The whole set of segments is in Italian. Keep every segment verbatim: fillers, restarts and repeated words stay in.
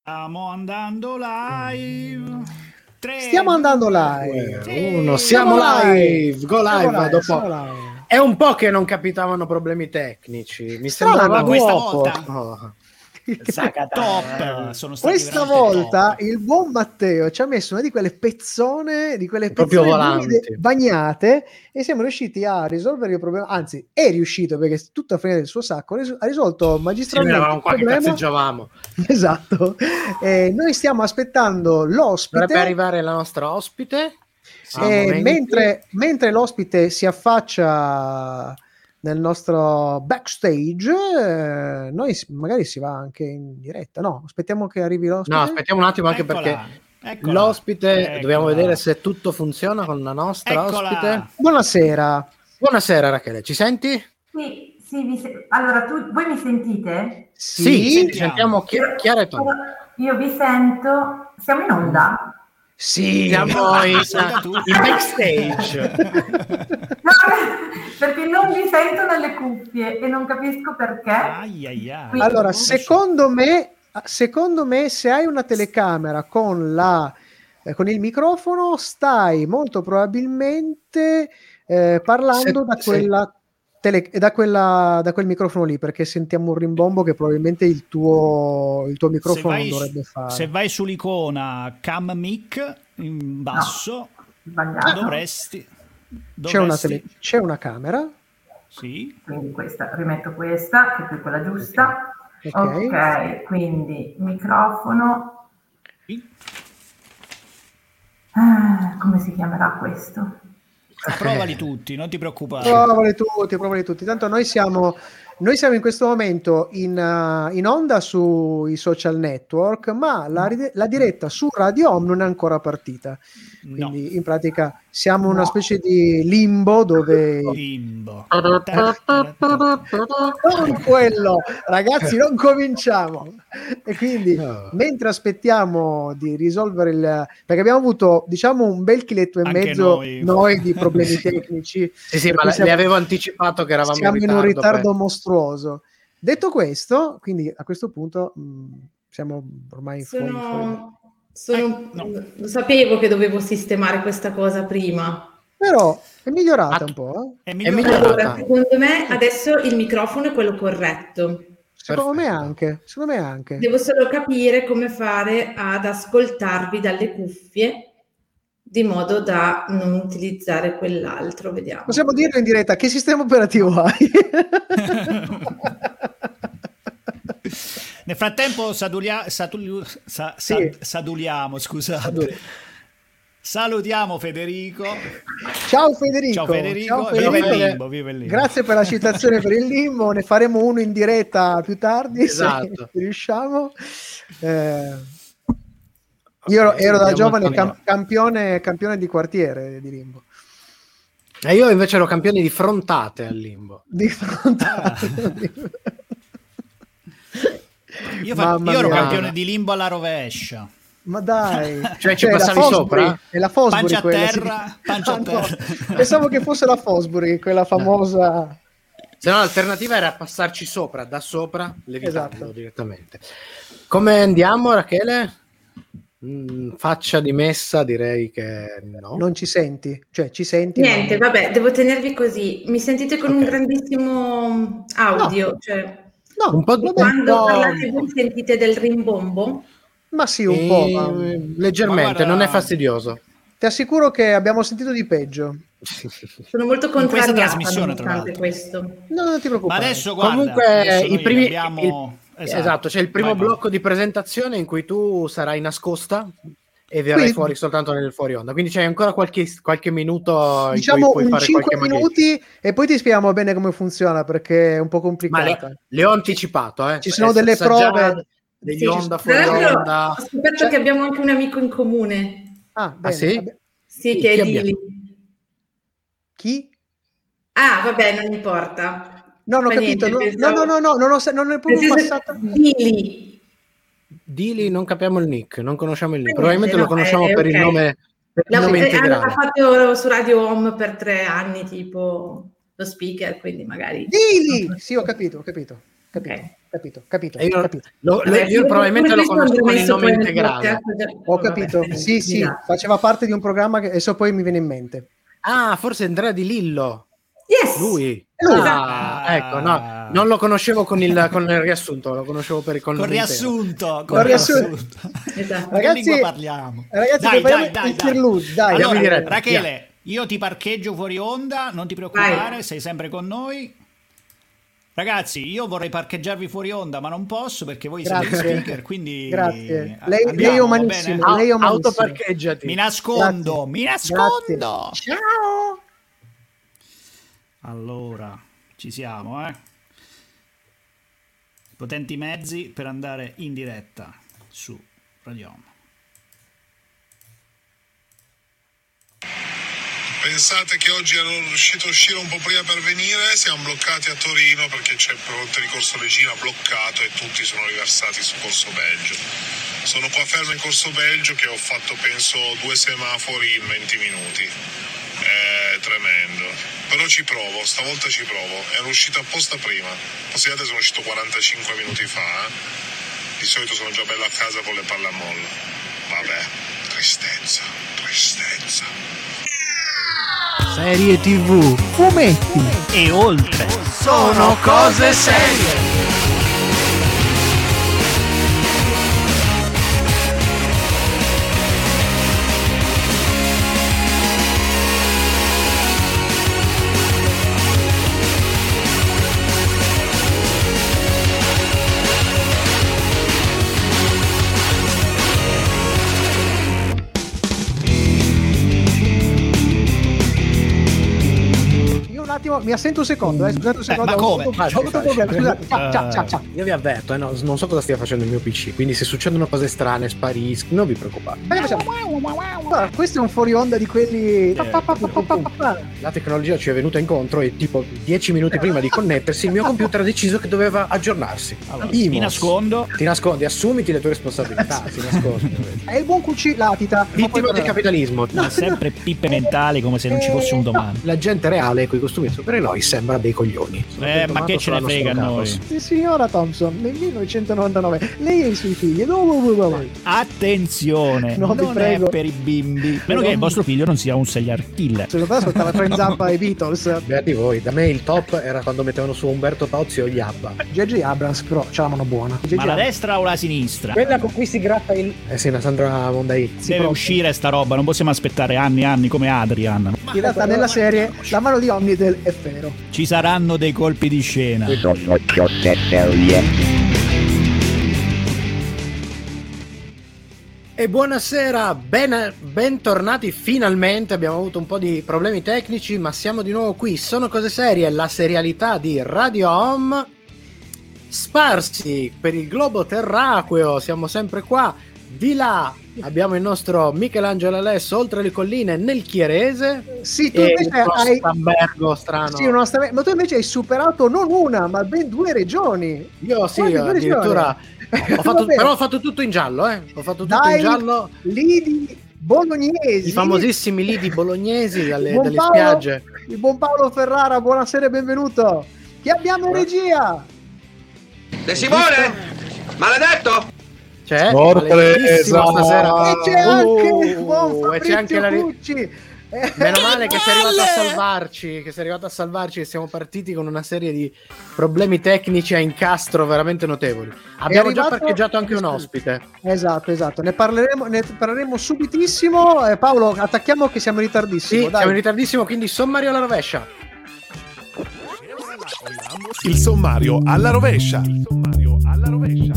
Stiamo andando live. Tre, Stiamo andando live. Sì. Uno, siamo live. Go live. Siamo live, Dopo siamo live. è un po' che non capitavano problemi tecnici. Mi Strano, sembrava questa nuovo. volta. Oh. Top. Sono stati Questa veramente volta top. il buon Matteo ci ha messo una di quelle pezzone, di quelle Proprio pezzone volanti. umide, bagnate, e siamo riusciti a risolvere il problema. Anzi, è riuscito perché tutta fine del suo sacco ris- ha risolto Sì, magistralmente eravamo il qua che problema. cazzeggiavamo. Esatto. Eh, noi stiamo aspettando l'ospite. Dovrebbe arrivare la nostra ospite. E momenti. mentre, mentre l'ospite si affaccia nel nostro backstage, eh, noi s- magari si va anche in diretta. No, aspettiamo che arrivi l'ospite. No, aspettiamo un attimo anche Eccola, perché eccola, l'ospite eccola. dobbiamo vedere se tutto funziona con la nostra Eccola. ospite. Buonasera. Buonasera Rachele, ci senti? Sì, sì, vi se- allora tu, voi mi sentite? Sì, Sì, ti sentiamo. sentiamo chi- chiara e tondo. Io vi sento. Siamo in onda? sì. Siamo in, Saluta tutti. in backstage. No, perché non vi sento nelle cuffie e non capisco perché. Ai, ai, ai. Allora, Non lo so. secondo me, secondo me, se hai una telecamera con la eh, con il microfono, stai molto probabilmente eh, parlando Se- da sì. quella tele, da quella da quel microfono lì, perché sentiamo un rimbombo che probabilmente il tuo il tuo se microfono non vai, dovrebbe fare. se vai sull'icona cam mic in basso, Sbagliato. dovresti, C'è una, dovresti- tele, c'è una camera. sì, Quindi questa, rimetto questa, che è più quella giusta. Ok. Ok, quindi microfono. sì. Ah, come si chiamerà questo? Provali tutti, non ti preoccupare. Provali tutti, provali tutti. Tanto noi siamo, noi siamo in questo momento in, uh, in onda sui social network, ma la, ride- la diretta su Radio Home non è ancora partita. No, Quindi in pratica siamo una specie di limbo dove... limbo. Non quello, ragazzi, non cominciamo. E quindi No. mentre aspettiamo di risolvere il... perché abbiamo avuto, diciamo, un bel chiletto e Anche mezzo noi. noi di problemi tecnici. Sì, sì, per ma cui le siamo- avevo anticipato che eravamo siamo in in ritardo. un ritardo per- mostruoso. Detto questo, quindi a questo punto mh, siamo ormai fuori, fuori. Sono, sono- Eh, no. Lo sapevo che dovevo sistemare questa cosa prima. Però è migliorata Ah, un po', eh? È È migliorata. migliorata. Allora, secondo me adesso il microfono è quello corretto. Secondo me Perfetto. anche, secondo me anche. Devo solo capire come fare ad ascoltarvi dalle cuffie di modo da non utilizzare quell'altro. Vediamo. Possiamo dirlo in diretta, che sistema operativo hai? Nel frattempo sadulia- satuli- sa- sa- Sì. saduliamo, scusate. Salutiamo Federico. Ciao Federico. Ciao Federico, Ciao viva il Federico. limbo, viva il limbo. Grazie per la citazione per il limbo, ne faremo uno in diretta più tardi Esatto. se riusciamo. Eh, io ero, Ok, ero da vediamo giovane il cam- campione, campione di quartiere di limbo. E io invece ero campione di frontate al limbo. Di fronte a- Io, fa- Mamma io ero mia. campione di limbo alla rovescia. Ma dai, Cioè, ci la passavi Fosbury, sopra? è la Fosbury Pancia a quella, terra, sì. pancia a Ah, no, terra. pensavo che fosse la Fosbury, quella famosa. Se no, l'alternativa era passarci sopra, da sopra, levitarlo Esatto. direttamente. Come andiamo, Rachele? Mm, faccia di messa, direi che no. Non ci senti? Cioè, ci senti? Niente, ma- vabbè, devo tenervi così. Mi sentite con un Ok. grandissimo audio? Cioè, No, Un po' di- vabbè, quando po'- parlate voi sentite del rimbombo? ma sì, un po'. Eh, ma- leggermente, Ma guarda- non è fastidioso. Ti assicuro che abbiamo sentito di peggio. Sono molto In questa contrariata trasmissione, tra nonostante l'altro. questo. No, non ti Ma preoccupare. adesso guarda, Comunque, adesso i noi primi, abbiamo... il- esatto. c'è il primo Vai, vai. blocco di presentazione in cui tu sarai nascosta e verrai Quindi- fuori soltanto nel fuori onda. Quindi c'è ancora qualche, qualche minuto Diciamo in cui puoi un fare cinque qualche magheggio. minuti e poi ti spieghiamo bene come funziona perché è un po' Ma complicata. le, le ho anticipato, eh. Ci sono Eh, delle sa già prove. degli Sì, onda tra fuori l'altro, onda. ho scoperto Cioè- che abbiamo anche un amico in comune. Ah, bene. sì? Vabbè. Sì, Chi- che chi è abbiamo? Dili. Chi? Ah, vabbè, non importa. No, non ho Fa capito. niente, no, pensavo- no, no, no, non, ho, non è proprio Nel senso- passato. Dili. Dili non capiamo il nick, non conosciamo il nick. Fa Probabilmente niente, lo no, conosciamo eh, per ok. il nome, per il La- nome eh, ha, integrale. ha fatto su Radio Home per tre anni, tipo lo speaker, quindi magari... Dili! Sì, ho capito, ho capito. capito. Ok. capito, capito, E io, capito. lo- lo- io probabilmente lo conosco con il nome integrale. Ho capito, sì, sì, faceva parte di un programma che adesso poi mi viene in mente. Ah, forse Andrea Di Lillo. Yes! Lui. Lui. Ah, ecco, no, non lo conoscevo con il, con il riassunto, lo conoscevo per il con Con il nome intero. riassunto, con Con riassunto. riassunto. Esatto. Che Ragazzi, lingua parliamo? Ragazzi, Dai, prepariamo dai, dai, il dai. interlude, dai. Andiamo in Allora, diretta, Rachele, io ti parcheggio fuori onda, non ti preoccupare, Vai. sei sempre con noi. Ragazzi, io vorrei parcheggiarvi fuori onda, ma non posso perché voi siete Grazie. speaker, quindi Grazie. a- Lei, andiamo, lei è va umanissimo, bene? lei è umanissimo. Autoparcheggiati. Mi nascondo, Grazie. mi nascondo. Grazie. Ciao. Allora, ci siamo, eh. Potenti mezzi per andare in diretta su Radio Home. Pensate che oggi ero riuscito a uscire un po' prima per venire, siamo bloccati a Torino perché c'è il ponte di Corso Regina bloccato e tutti sono riversati su Corso Belgio. Sono qua fermo in Corso Belgio che ho fatto penso due semafori in venti minuti. È tremendo. Però ci provo, stavolta ci provo. Ero uscito apposta prima. Considerate sono uscito quarantacinque minuti fa. Eh? Di solito sono già bello a casa con le palle a mollo. Vabbè, tristezza, tristezza. Serie tivù. Fumetti. E oltre. Sono cose serie. Io un attimo, mi assento un secondo, eh, scusate un secondo. ma ho come? avuto- ho avuto un problema, scusate. Ciao, ciao, ciao, ciao. Io vi avverto, eh, no, non so cosa stia facendo il mio P C, quindi se succedono cose strane, sparisco, non vi preoccupate. Ma che facciamo? Guarda, questo è un fuori onda di quelli. Pa, pa, pa, pa, pa, pa, pa. La tecnologia ci è venuta incontro e tipo dieci minuti prima di connettersi il mio computer ha deciso che doveva aggiornarsi. Allora, Imos. mi nascondo. Ti nascondi, assumiti le tue responsabilità, ti nascondi. È il buon cucì latita. Vittima del capitalismo. Ma sempre pippe mentali come se non ci fosse un domani. La gente reale con i costumi da supereroi sembra dei coglioni. Sono Eh, ma tomato che ce ne sull'anno frega a scorcato. noi? Sì, signora Thompson, nel millenovecentonovantanove, lei e i suoi figli. No, no, no, no. Attenzione, No, vi non prego. è per i bimbi. Meno che il vostro figlio non sia un serial killer. Secondo me ascoltava Frank Zappa e i Beatles. Beati voi, da me il top era quando mettevano su Umberto Tozzi o gli Abba. J J Abrams, però ce la mano buona. J J Ma la Abrams. destra o la sinistra? Quella con cui si gratta il... Eh sì, una Sandra Mondai. Deve proprio. uscire sta roba, non possiamo aspettare anni e anni come Adrian. In realtà nella serie la mano di Omnitel è Fero. Ci saranno dei colpi di scena. Sono cose serie. E buonasera, ben, bentornati finalmente, abbiamo avuto un po' di problemi tecnici ma siamo di nuovo qui, sono cose serie, la serialità di Radio Home, sparsi per il globo terracqueo, siamo sempre qua, di là abbiamo il nostro Michelangelo Alesso oltre le colline nel Chierese Sì, tu e invece uno hai. Stambergo strano. Sì, uno sta- ma tu invece hai superato non una, ma ben due regioni. Io sì, Quante due addirittura regioni? ho fatto, Vabbè. però ho fatto tutto in giallo, eh. Ho fatto tutto Dai, in giallo. lidi bolognesi. I famosissimi lidi bolognesi dalle, Il buon dalle Paolo- spiagge. Il buon Paolo Ferrara, buonasera e benvenuto. Chi abbiamo in regia? De Simone! Maledetto! C'è Sorpresa! maledettissimo stasera. E c'è anche Oh, il buon e Fabrizio c'è anche la ri- Pucci. Eh, Meno male che sei arrivato a salvarci, che sei arrivato a salvarci, che siamo partiti con una serie di problemi tecnici a incastro veramente notevoli. Abbiamo già arrivato- parcheggiato anche un ospite. Esatto, esatto. Ne parleremo, ne parleremo subitissimo. Eh, Paolo, attacchiamo che siamo in ritardissimo. Sì, dai. siamo in ritardissimo, quindi sommario alla rovescia. Il sommario alla rovescia. Il sommario alla rovescia.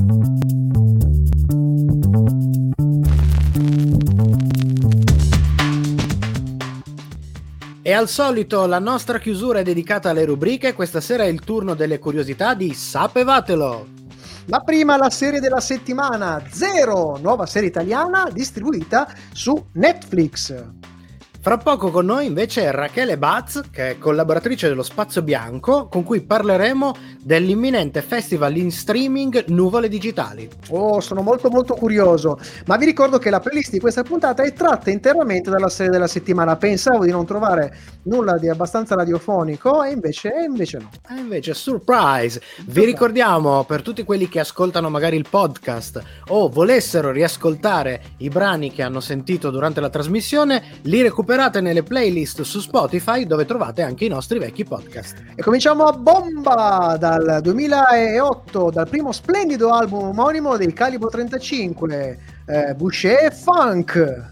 E al solito la nostra chiusura è dedicata alle rubriche. Questa sera è il turno delle curiosità di Sapevatelo. La prima, la serie della settimana, Zero, nuova serie italiana distribuita su Netflix. Fra poco con noi invece è Rachele Baz, che è collaboratrice dello Spazio Bianco, con cui parleremo dell'imminente festival in streaming Nuvole Digitali. Oh, sono molto molto curioso, ma vi ricordo che la playlist di questa puntata è tratta interamente dalla serie della settimana. Pensavo di non trovare nulla di abbastanza radiofonico e invece, e invece no. E invece surprise! Vi ricordiamo, per tutti quelli che ascoltano magari il podcast o volessero riascoltare i brani che hanno sentito durante la trasmissione, li recuperate nelle playlist su Spotify, dove trovate anche i nostri vecchi podcast. E cominciamo a bomba dal duemilaotto, dal primo splendido album omonimo dei Calibro trentacinque, eh, Boucher Funk.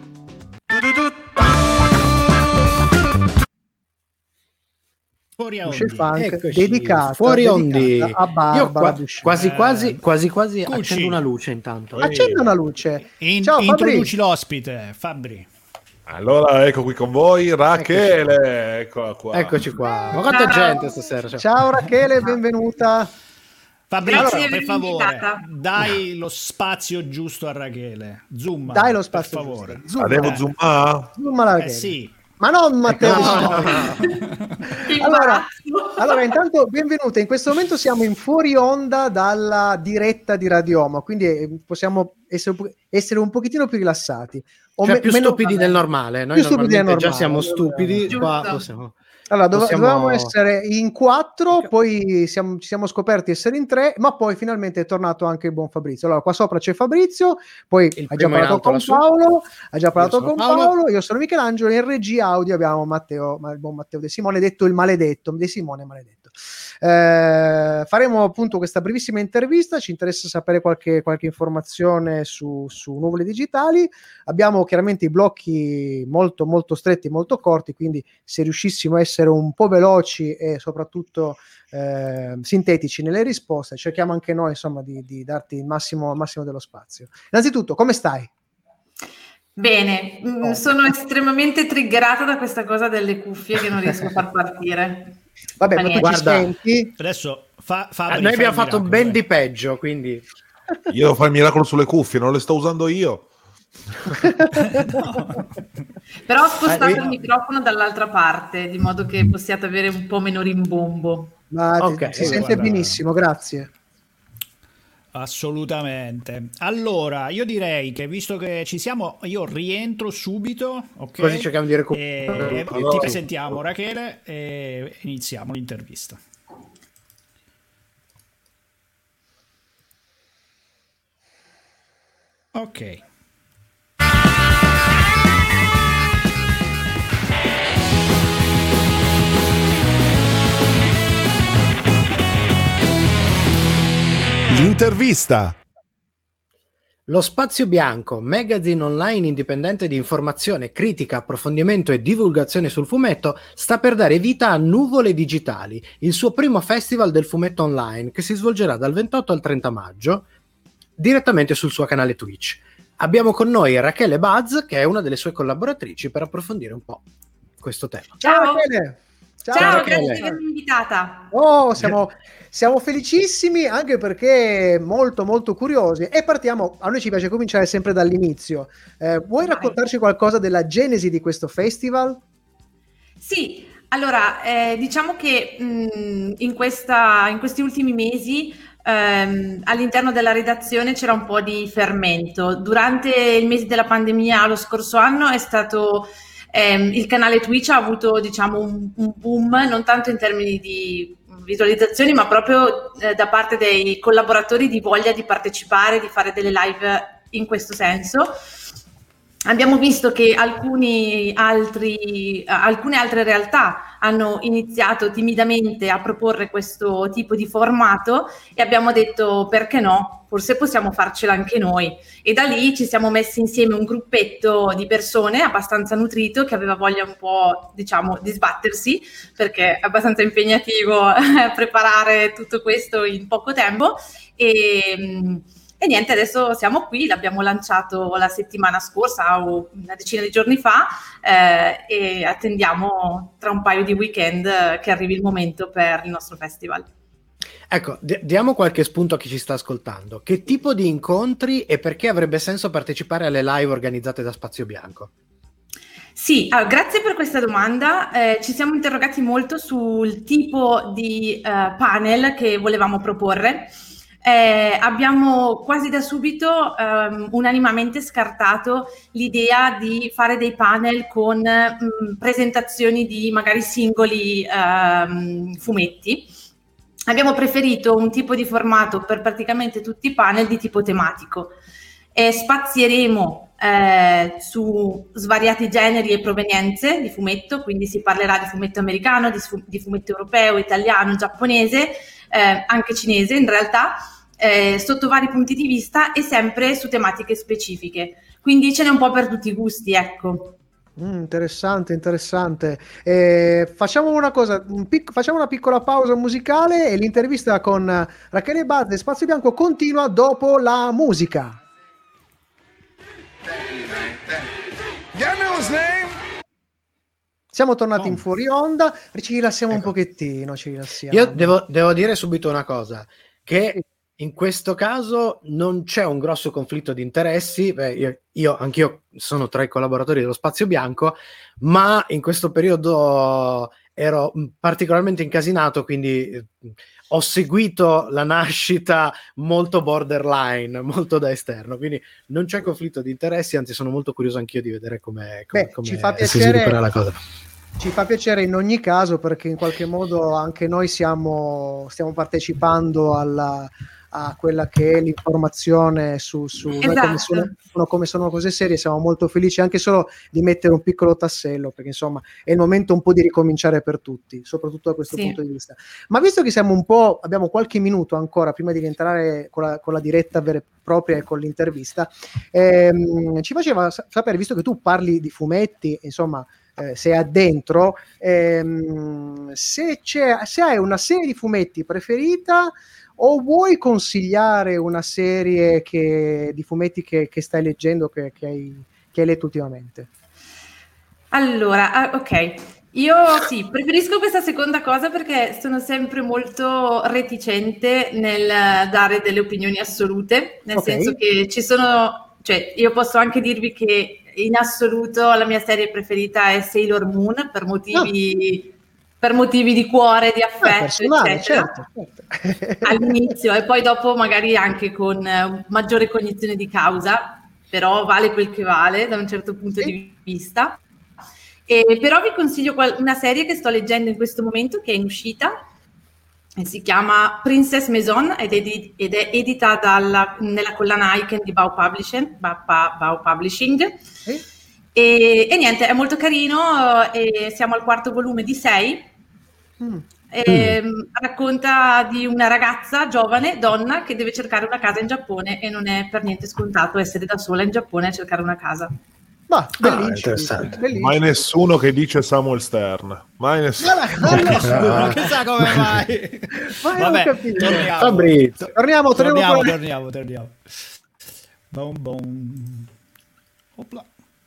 Fuori a Boucher Ondi. Funk, Eccoci, dedicato fuori Ondi. a Barbara Io qua- Boucher. quasi quasi quasi quasi Cucci. accendo una luce intanto. Accenda una luce. In- Ciao Fabri. introduci l'ospite, Fabri. Allora, ecco qui con voi Rachele, eccola qua. Eccoci qua. Ma quanta Ciao. gente stasera. Ciao. Ciao Rachele, benvenuta. Fabrizio, Grazie di per avermi favore, invitata. dai lo spazio giusto a Rachele. Zoom. Dai lo spazio per favore. giusto. Zoom. Ah, devo Eh. zoomare? Zoom alla Eh Rachele. sì. Ma non Matteo. No. Che Allora, imbarazzo. allora, intanto benvenuta. In questo momento siamo in fuori onda dalla diretta di Radioma, quindi eh, possiamo essere un, po- essere un pochettino più rilassati. O Cioè me- più meno- stupidi del normale. Noi Più stupidi del normalmente già normale. siamo stupidi, Giusto. qua possiamo... Allora, dove- possiamo- dovevamo essere in quattro, poi siamo- ci siamo scoperti essere in tre, ma poi finalmente è tornato anche il buon Fabrizio. Allora, qua sopra c'è Fabrizio, poi Il ha già primo in parlato alto con lassù. Paolo, ha già parlato sono con Paolo. Paolo, io sono Michelangelo, e in regia audio abbiamo Matteo, ma il buon Matteo De Simone, detto il maledetto, De Simone maledetto. Eh, faremo appunto questa brevissima intervista, ci interessa sapere qualche, qualche informazione su, su Nuvole Digitali. Abbiamo chiaramente i blocchi molto molto stretti, molto corti, quindi se riuscissimo a essere un po' veloci e soprattutto eh, sintetici nelle risposte, cerchiamo anche noi insomma di, di darti il massimo, il massimo dello spazio. Innanzitutto, come stai? Bene, mm, sono estremamente triggerata da questa cosa delle cuffie che non riesco a far partire. Vabbè, Ma ma tu ci Guarda, senti? Adesso fa, Fabri, Ah, noi fai abbiamo il fatto miracolo, ben dai. di peggio, quindi... Io devo fare il miracolo sulle cuffie, non le sto usando io. Però ho spostato Eh, il microfono dall'altra parte, di modo che possiate avere un po' meno rimbombo. Ma ti- Ok, si sente guarda. benissimo, grazie. Assolutamente. Allora, io direi che visto che ci siamo, io rientro subito, ok? Così cerchiamo di E, recuperare. e ti presentiamo Rachele e iniziamo l'intervista. Ok. L'intervista. Lo Spazio Bianco, magazine online indipendente di informazione, critica, approfondimento e divulgazione sul fumetto, sta per dare vita a Nuvole Digitali, il suo primo festival del fumetto online che si svolgerà dal ventotto al trenta maggio direttamente sul suo canale Twitch. Abbiamo con noi Rachele Baz, che è una delle sue collaboratrici, per approfondire un po' questo tema. Ciao, Rachele. ciao, Ciao, grazie Rachele. di avermi invitata. Oh, siamo, siamo felicissimi anche perché molto molto curiosi e partiamo, a noi ci piace cominciare sempre dall'inizio. Eh, vuoi Vai. raccontarci qualcosa della genesi di questo festival? Sì, allora, eh, diciamo che mh, in, questa, in questi ultimi mesi ehm, all'interno della redazione c'era un po' di fermento. Durante il mese della pandemia lo scorso anno è stato ehm, il canale Twitch ha avuto, diciamo, un, un boom, non tanto in termini di visualizzazioni, ma proprio eh, da parte dei collaboratori di voglia di partecipare, di fare delle live in questo senso. Abbiamo visto che alcuni altri, alcune altre realtà hanno iniziato timidamente a proporre questo tipo di formato e abbiamo detto perché no, forse possiamo farcela anche noi. E da lì ci siamo messi insieme un gruppetto di persone abbastanza nutrito che aveva voglia un po', diciamo, di sbattersi, perché è abbastanza impegnativo preparare tutto questo in poco tempo. E, E niente, adesso siamo qui, l'abbiamo lanciato la settimana scorsa o una decina di giorni fa eh, e attendiamo tra un paio di weekend eh, che arrivi il momento per il nostro festival. Ecco, d- diamo qualche spunto a chi ci sta ascoltando. Che tipo di incontri e perché avrebbe senso partecipare alle live organizzate da Spazio Bianco? Sì, ah, grazie per questa domanda. Eh, ci siamo interrogati molto sul tipo di eh, panel che volevamo proporre. Eh, abbiamo quasi da subito ehm, unanimamente scartato l'idea di fare dei panel con mh, presentazioni di magari singoli ehm, fumetti. Abbiamo preferito un tipo di formato per praticamente tutti i panel di tipo tematico. E spazieremo eh, su svariati generi e provenienze di fumetto, quindi si parlerà di fumetto americano, di, di fumetto europeo, italiano, giapponese, eh, anche cinese in realtà, eh, sotto vari punti di vista e sempre su tematiche specifiche. Quindi ce n'è un po' per tutti i gusti, ecco. Mm, interessante, interessante. Eh, facciamo una cosa, un pic- facciamo una piccola pausa musicale e l'intervista con Rachele Baz e Spazio Bianco continua dopo la musica. Siamo tornati oh. in fuori onda, ci rilassiamo ecco. un pochettino, ci rilassiamo. Io devo, devo dire subito una cosa, che in questo caso non c'è un grosso conflitto di interessi. Beh, io, io anch'io sono tra i collaboratori dello Spazio Bianco, ma in questo periodo ero particolarmente incasinato, quindi eh, ho seguito la nascita molto borderline, molto da esterno, quindi non c'è conflitto di interessi, anzi sono molto curioso anch'io di vedere come ci fa piacere, si svilupperà la cosa. Ci fa piacere in ogni caso, perché in qualche modo anche noi siamo, stiamo partecipando alla, a quella che è l'informazione su, su esatto. noi come sono, come sono cose serie. Siamo molto felici anche solo di mettere un piccolo tassello, perché insomma è il momento un po' di ricominciare per tutti, soprattutto da questo sì. punto di vista. Ma visto che siamo un po', abbiamo qualche minuto ancora prima di rientrare con la, con la diretta vera e propria e con l'intervista, ehm, ci faceva sapere, visto che tu parli di fumetti, insomma Eh, sei addentro, ehm, se, c'è, se hai una serie di fumetti preferita o vuoi consigliare una serie che, di fumetti che, che stai leggendo, che, che, hai, che hai letto ultimamente? Allora, ah, ok, io sì, preferisco questa seconda cosa perché sono sempre molto reticente nel dare delle opinioni assolute, nel okay. senso che ci sono, cioè io posso anche dirvi che in assoluto la mia serie preferita è Sailor Moon per motivi, no. per motivi di cuore, di affetto, ah, eccetera. Certo, certo. All'inizio e poi dopo magari anche con maggiore cognizione di causa, però vale quel che vale da un certo punto sì. di vista. E, però vi consiglio una serie che sto leggendo in questo momento, che è in uscita, e si chiama Princess Maison ed è, ed ed è edita dalla, nella collana Icon di Bao Publishing, Bao Publishing. Eh? E, e niente, è molto carino, e siamo al quarto volume di sei. Mm. E, mm. Racconta di una ragazza giovane, donna, che deve cercare una casa in Giappone e non è per niente scontato essere da sola in Giappone a cercare una casa. Ma ah, interessante. Mai nessuno che dice Samuel Stern, mai nessuno, mai nessuno. Chissà come mai. Vabbè, torniamo. Fabrizio. Torniamo, torniamo, torniamo, torniamo, torniamo. Boom, boom. Opla.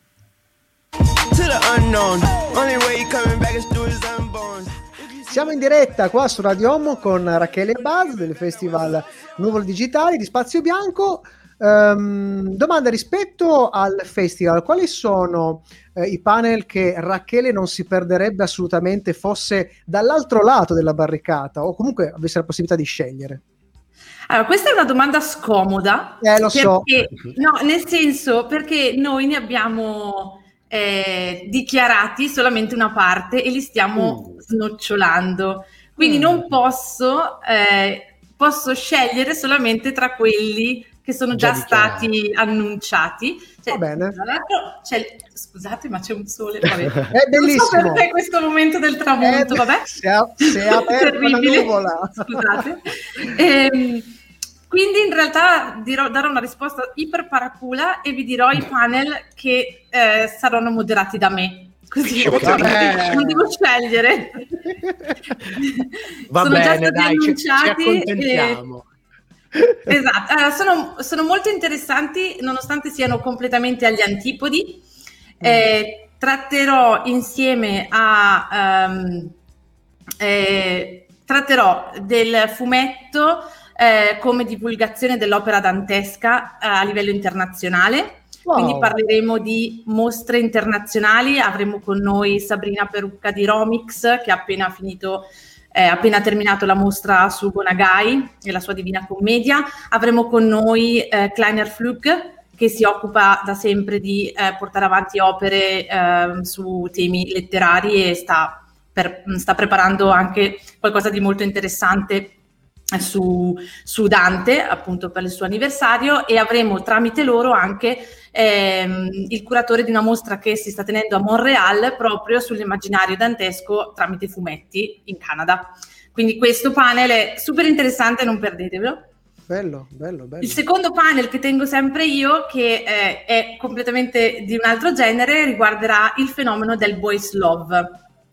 Siamo in diretta qua su Radio Home con Rachele Baz del Festival Nuvole Digitali di Spazio Bianco. Um, domanda rispetto al festival: quali sono eh, i panel che Rachele non si perderebbe assolutamente fosse dall'altro lato della barricata, o comunque avesse la possibilità di scegliere? Allora, questa è una domanda scomoda, eh, lo perché, so. no, nel senso, perché noi ne abbiamo eh, dichiarati solamente una parte e li stiamo mm. snocciolando, quindi mm. non posso eh, posso scegliere solamente tra quelli che sono già, già stati annunciati. Cioè, va bene. Tra l'altro, c'è, scusate, ma c'è un sole. Vabbè. È bellissimo. Non so perché questo momento del tramonto, è, vabbè. Si è, si è aperta la nuvola. Scusate. Ehm, quindi in realtà dirò, darò una risposta iper paracula e vi dirò i panel che eh, saranno moderati da me. Così okay. non devo scegliere. Va sono bene, già stati dai, annunciati. Ci, ci accontentiamo. E... Esatto, allora, sono, sono molto interessanti nonostante siano completamente agli antipodi. Mm. Eh, tratterò insieme a um, eh, tratterò del fumetto eh, come divulgazione dell'opera dantesca eh, a livello internazionale. Wow. Quindi parleremo di mostre internazionali, avremo con noi Sabrina Perucca di Romix, che ha appena finito, eh, appena terminato la mostra su Gonagai e la sua Divina Commedia. Avremo con noi eh, Kleiner Flug, che si occupa da sempre di eh, portare avanti opere eh, su temi letterari e sta, per, sta preparando anche qualcosa di molto interessante su, su Dante, appunto per il suo anniversario, e avremo tramite loro anche ehm, il curatore di una mostra che si sta tenendo a Montreal proprio sull'immaginario dantesco tramite fumetti in Canada. Quindi questo panel è super interessante, non perdetevelo. Bello, bello, bello. Il secondo panel che tengo sempre io, che eh, è completamente di un altro genere, riguarderà il fenomeno del boys love.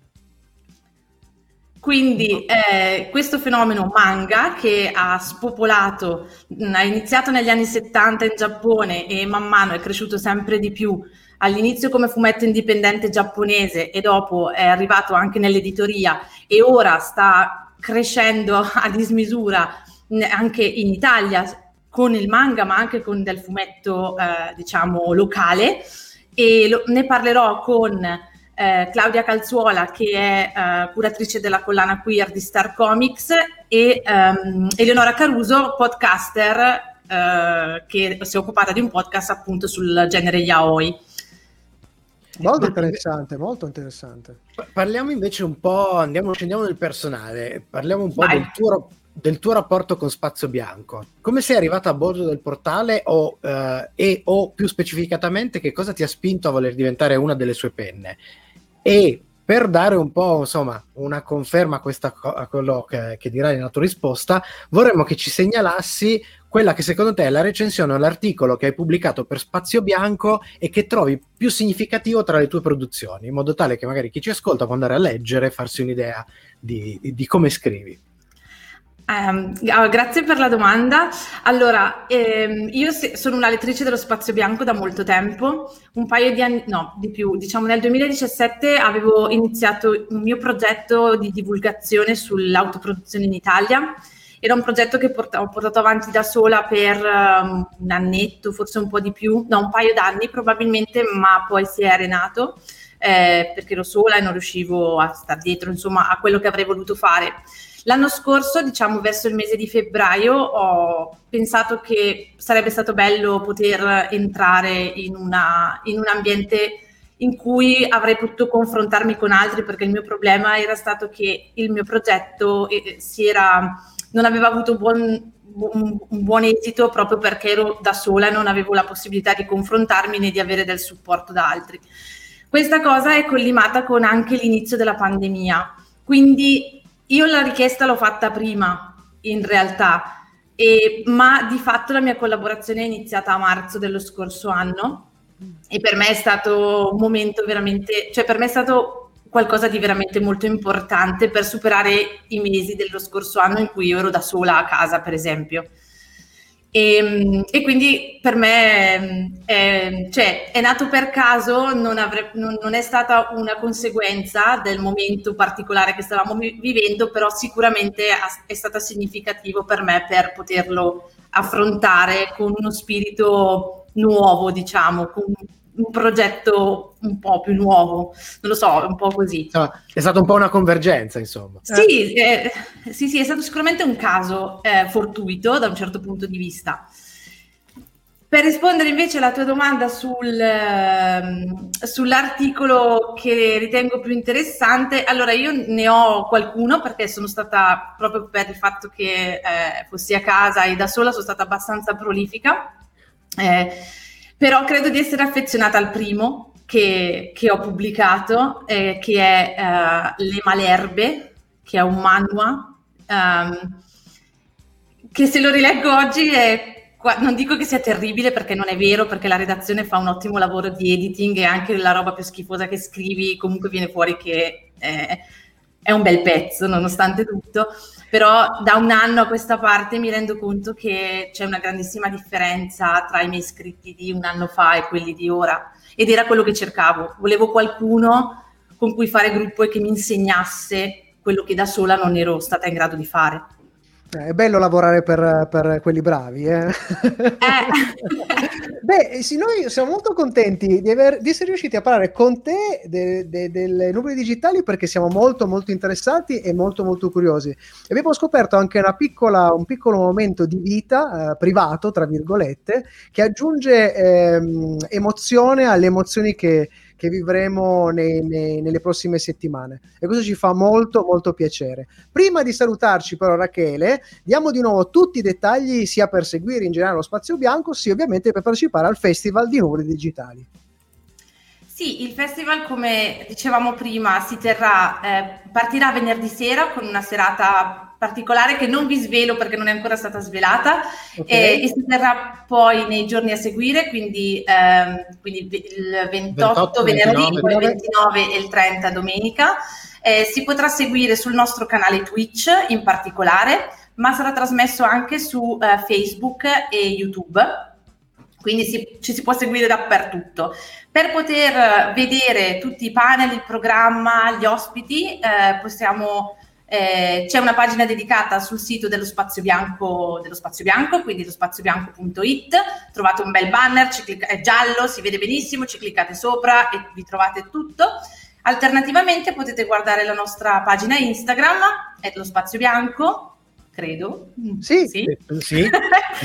Quindi eh, questo fenomeno manga, che ha spopolato, mh, ha iniziato negli anni settanta in Giappone e man mano è cresciuto sempre di più, all'inizio come fumetto indipendente giapponese e dopo è arrivato anche nell'editoria e ora sta crescendo a dismisura anche in Italia con il manga, ma anche con del fumetto eh, diciamo locale, e lo, ne parlerò con eh, Claudia Calzuola, che è eh, curatrice della collana queer di Star Comics, e um, Eleonora Caruso, podcaster eh, che si è occupata di un podcast appunto sul genere yaoi. Molto interessante, molto interessante. Parliamo invece un po', andiamo, scendiamo nel personale, parliamo un po' Vai. del tuo, del tuo rapporto con Spazio Bianco. Come sei arrivata a bordo del portale o, eh, e o più specificatamente che cosa ti ha spinto a voler diventare una delle sue penne? E per dare un po', insomma, una conferma a, questa, a quello che, che dirai nella tua risposta, vorremmo che ci segnalassi quella che secondo te è la recensione o l'articolo che hai pubblicato per Spazio Bianco e che trovi più significativo tra le tue produzioni, in modo tale che magari chi ci ascolta può andare a leggere e farsi un'idea di, di, di come scrivi. Um, grazie per la domanda. Allora, ehm, io se, sono una lettrice dello Spazio Bianco da molto tempo, un paio di anni, no, di più, diciamo nel duemiladiciassette avevo iniziato un mio progetto di divulgazione sull'autoproduzione in Italia. Era un progetto che porta, ho portato avanti da sola per um, un annetto, forse un po' di più, no, un paio d'anni probabilmente, ma poi si è arenato eh, perché ero sola e non riuscivo a star dietro, insomma, a quello che avrei voluto fare. L'anno scorso, diciamo verso il mese di febbraio, ho pensato che sarebbe stato bello poter entrare in, una, in un ambiente in cui avrei potuto confrontarmi con altri, perché il mio problema era stato che il mio progetto eh, si era, non aveva avuto buon, un, un buon esito proprio perché ero da sola e non avevo la possibilità di confrontarmi né di avere del supporto da altri. Questa cosa è collimata con anche l'inizio della pandemia, quindi io la richiesta l'ho fatta prima, in realtà, e, ma di fatto la mia collaborazione è iniziata a marzo dello scorso anno e per me è stato un momento veramente, cioè per me è stato qualcosa di veramente molto importante per superare i mesi dello scorso anno in cui io ero da sola a casa, per esempio. E, e quindi per me è, cioè, è nato per caso, non, avre, non, non è stata una conseguenza del momento particolare che stavamo vivendo, però sicuramente è stato significativo per me per poterlo affrontare con uno spirito nuovo, diciamo, con un progetto un po' più nuovo, non lo so, un po' così. È stata un po' una convergenza, insomma. Sì, eh, sì, sì, è stato sicuramente un caso eh, fortuito da un certo punto di vista. Per rispondere invece alla tua domanda sul, eh, sull'articolo che ritengo più interessante, allora io ne ho qualcuno perché sono stata, proprio per il fatto che eh, fossi a casa e da sola, sono stata abbastanza prolifica, eh, però credo di essere affezionata al primo che, che ho pubblicato, eh, che è eh, Le Malerbe, che è un manhwa, um, che se lo rileggo oggi è, non dico che sia terribile perché non è vero, perché la redazione fa un ottimo lavoro di editing e anche la roba più schifosa che scrivi comunque viene fuori che è, è un bel pezzo nonostante tutto, però da un anno a questa parte mi rendo conto che c'è una grandissima differenza tra i miei scritti di un anno fa e quelli di ora, ed era quello che cercavo. Volevo qualcuno con cui fare gruppo e che mi insegnasse quello che da sola non ero stata in grado di fare. È bello lavorare per, per quelli bravi, eh? Eh. Beh, sì, noi siamo molto contenti di, aver, di essere riusciti a parlare con te de, de, delle nuvole digitali, perché siamo molto molto interessati e molto molto curiosi. E abbiamo scoperto anche una piccola, un piccolo momento di vita eh, privato, tra virgolette, che aggiunge ehm, emozione alle emozioni che che vivremo nei, nei, nelle prossime settimane, e questo ci fa molto molto piacere. Prima di salutarci però, Rachele, diamo di nuovo tutti i dettagli, sia per seguire in generale lo Spazio Bianco, sia ovviamente per partecipare al Festival di Nuvole Digitali. Sì, il festival, come dicevamo prima, si terrà, eh, partirà venerdì sera con una serata particolare che non vi svelo perché non è ancora stata svelata, okay. e, e si terrà poi nei giorni a seguire, quindi, ehm, quindi il ventotto, ventotto venerdì, ventinove, poi il ventinove e il trenta domenica. Eh, si potrà seguire sul nostro canale Twitch in particolare, ma sarà trasmesso anche su eh, Facebook e YouTube. Quindi si, ci si può seguire dappertutto. Per poter vedere tutti i panel, il programma, gli ospiti, eh, possiamo, eh, c'è una pagina dedicata sul sito dello Spazio Bianco, dello Spazio Bianco, quindi lo spazio bianco punto it. Trovate un bel banner, ci clicca, è giallo, si vede benissimo, ci cliccate sopra e vi trovate tutto. Alternativamente potete guardare la nostra pagina Instagram, è lo Spazio Bianco, credo. Sì, sì. sì. E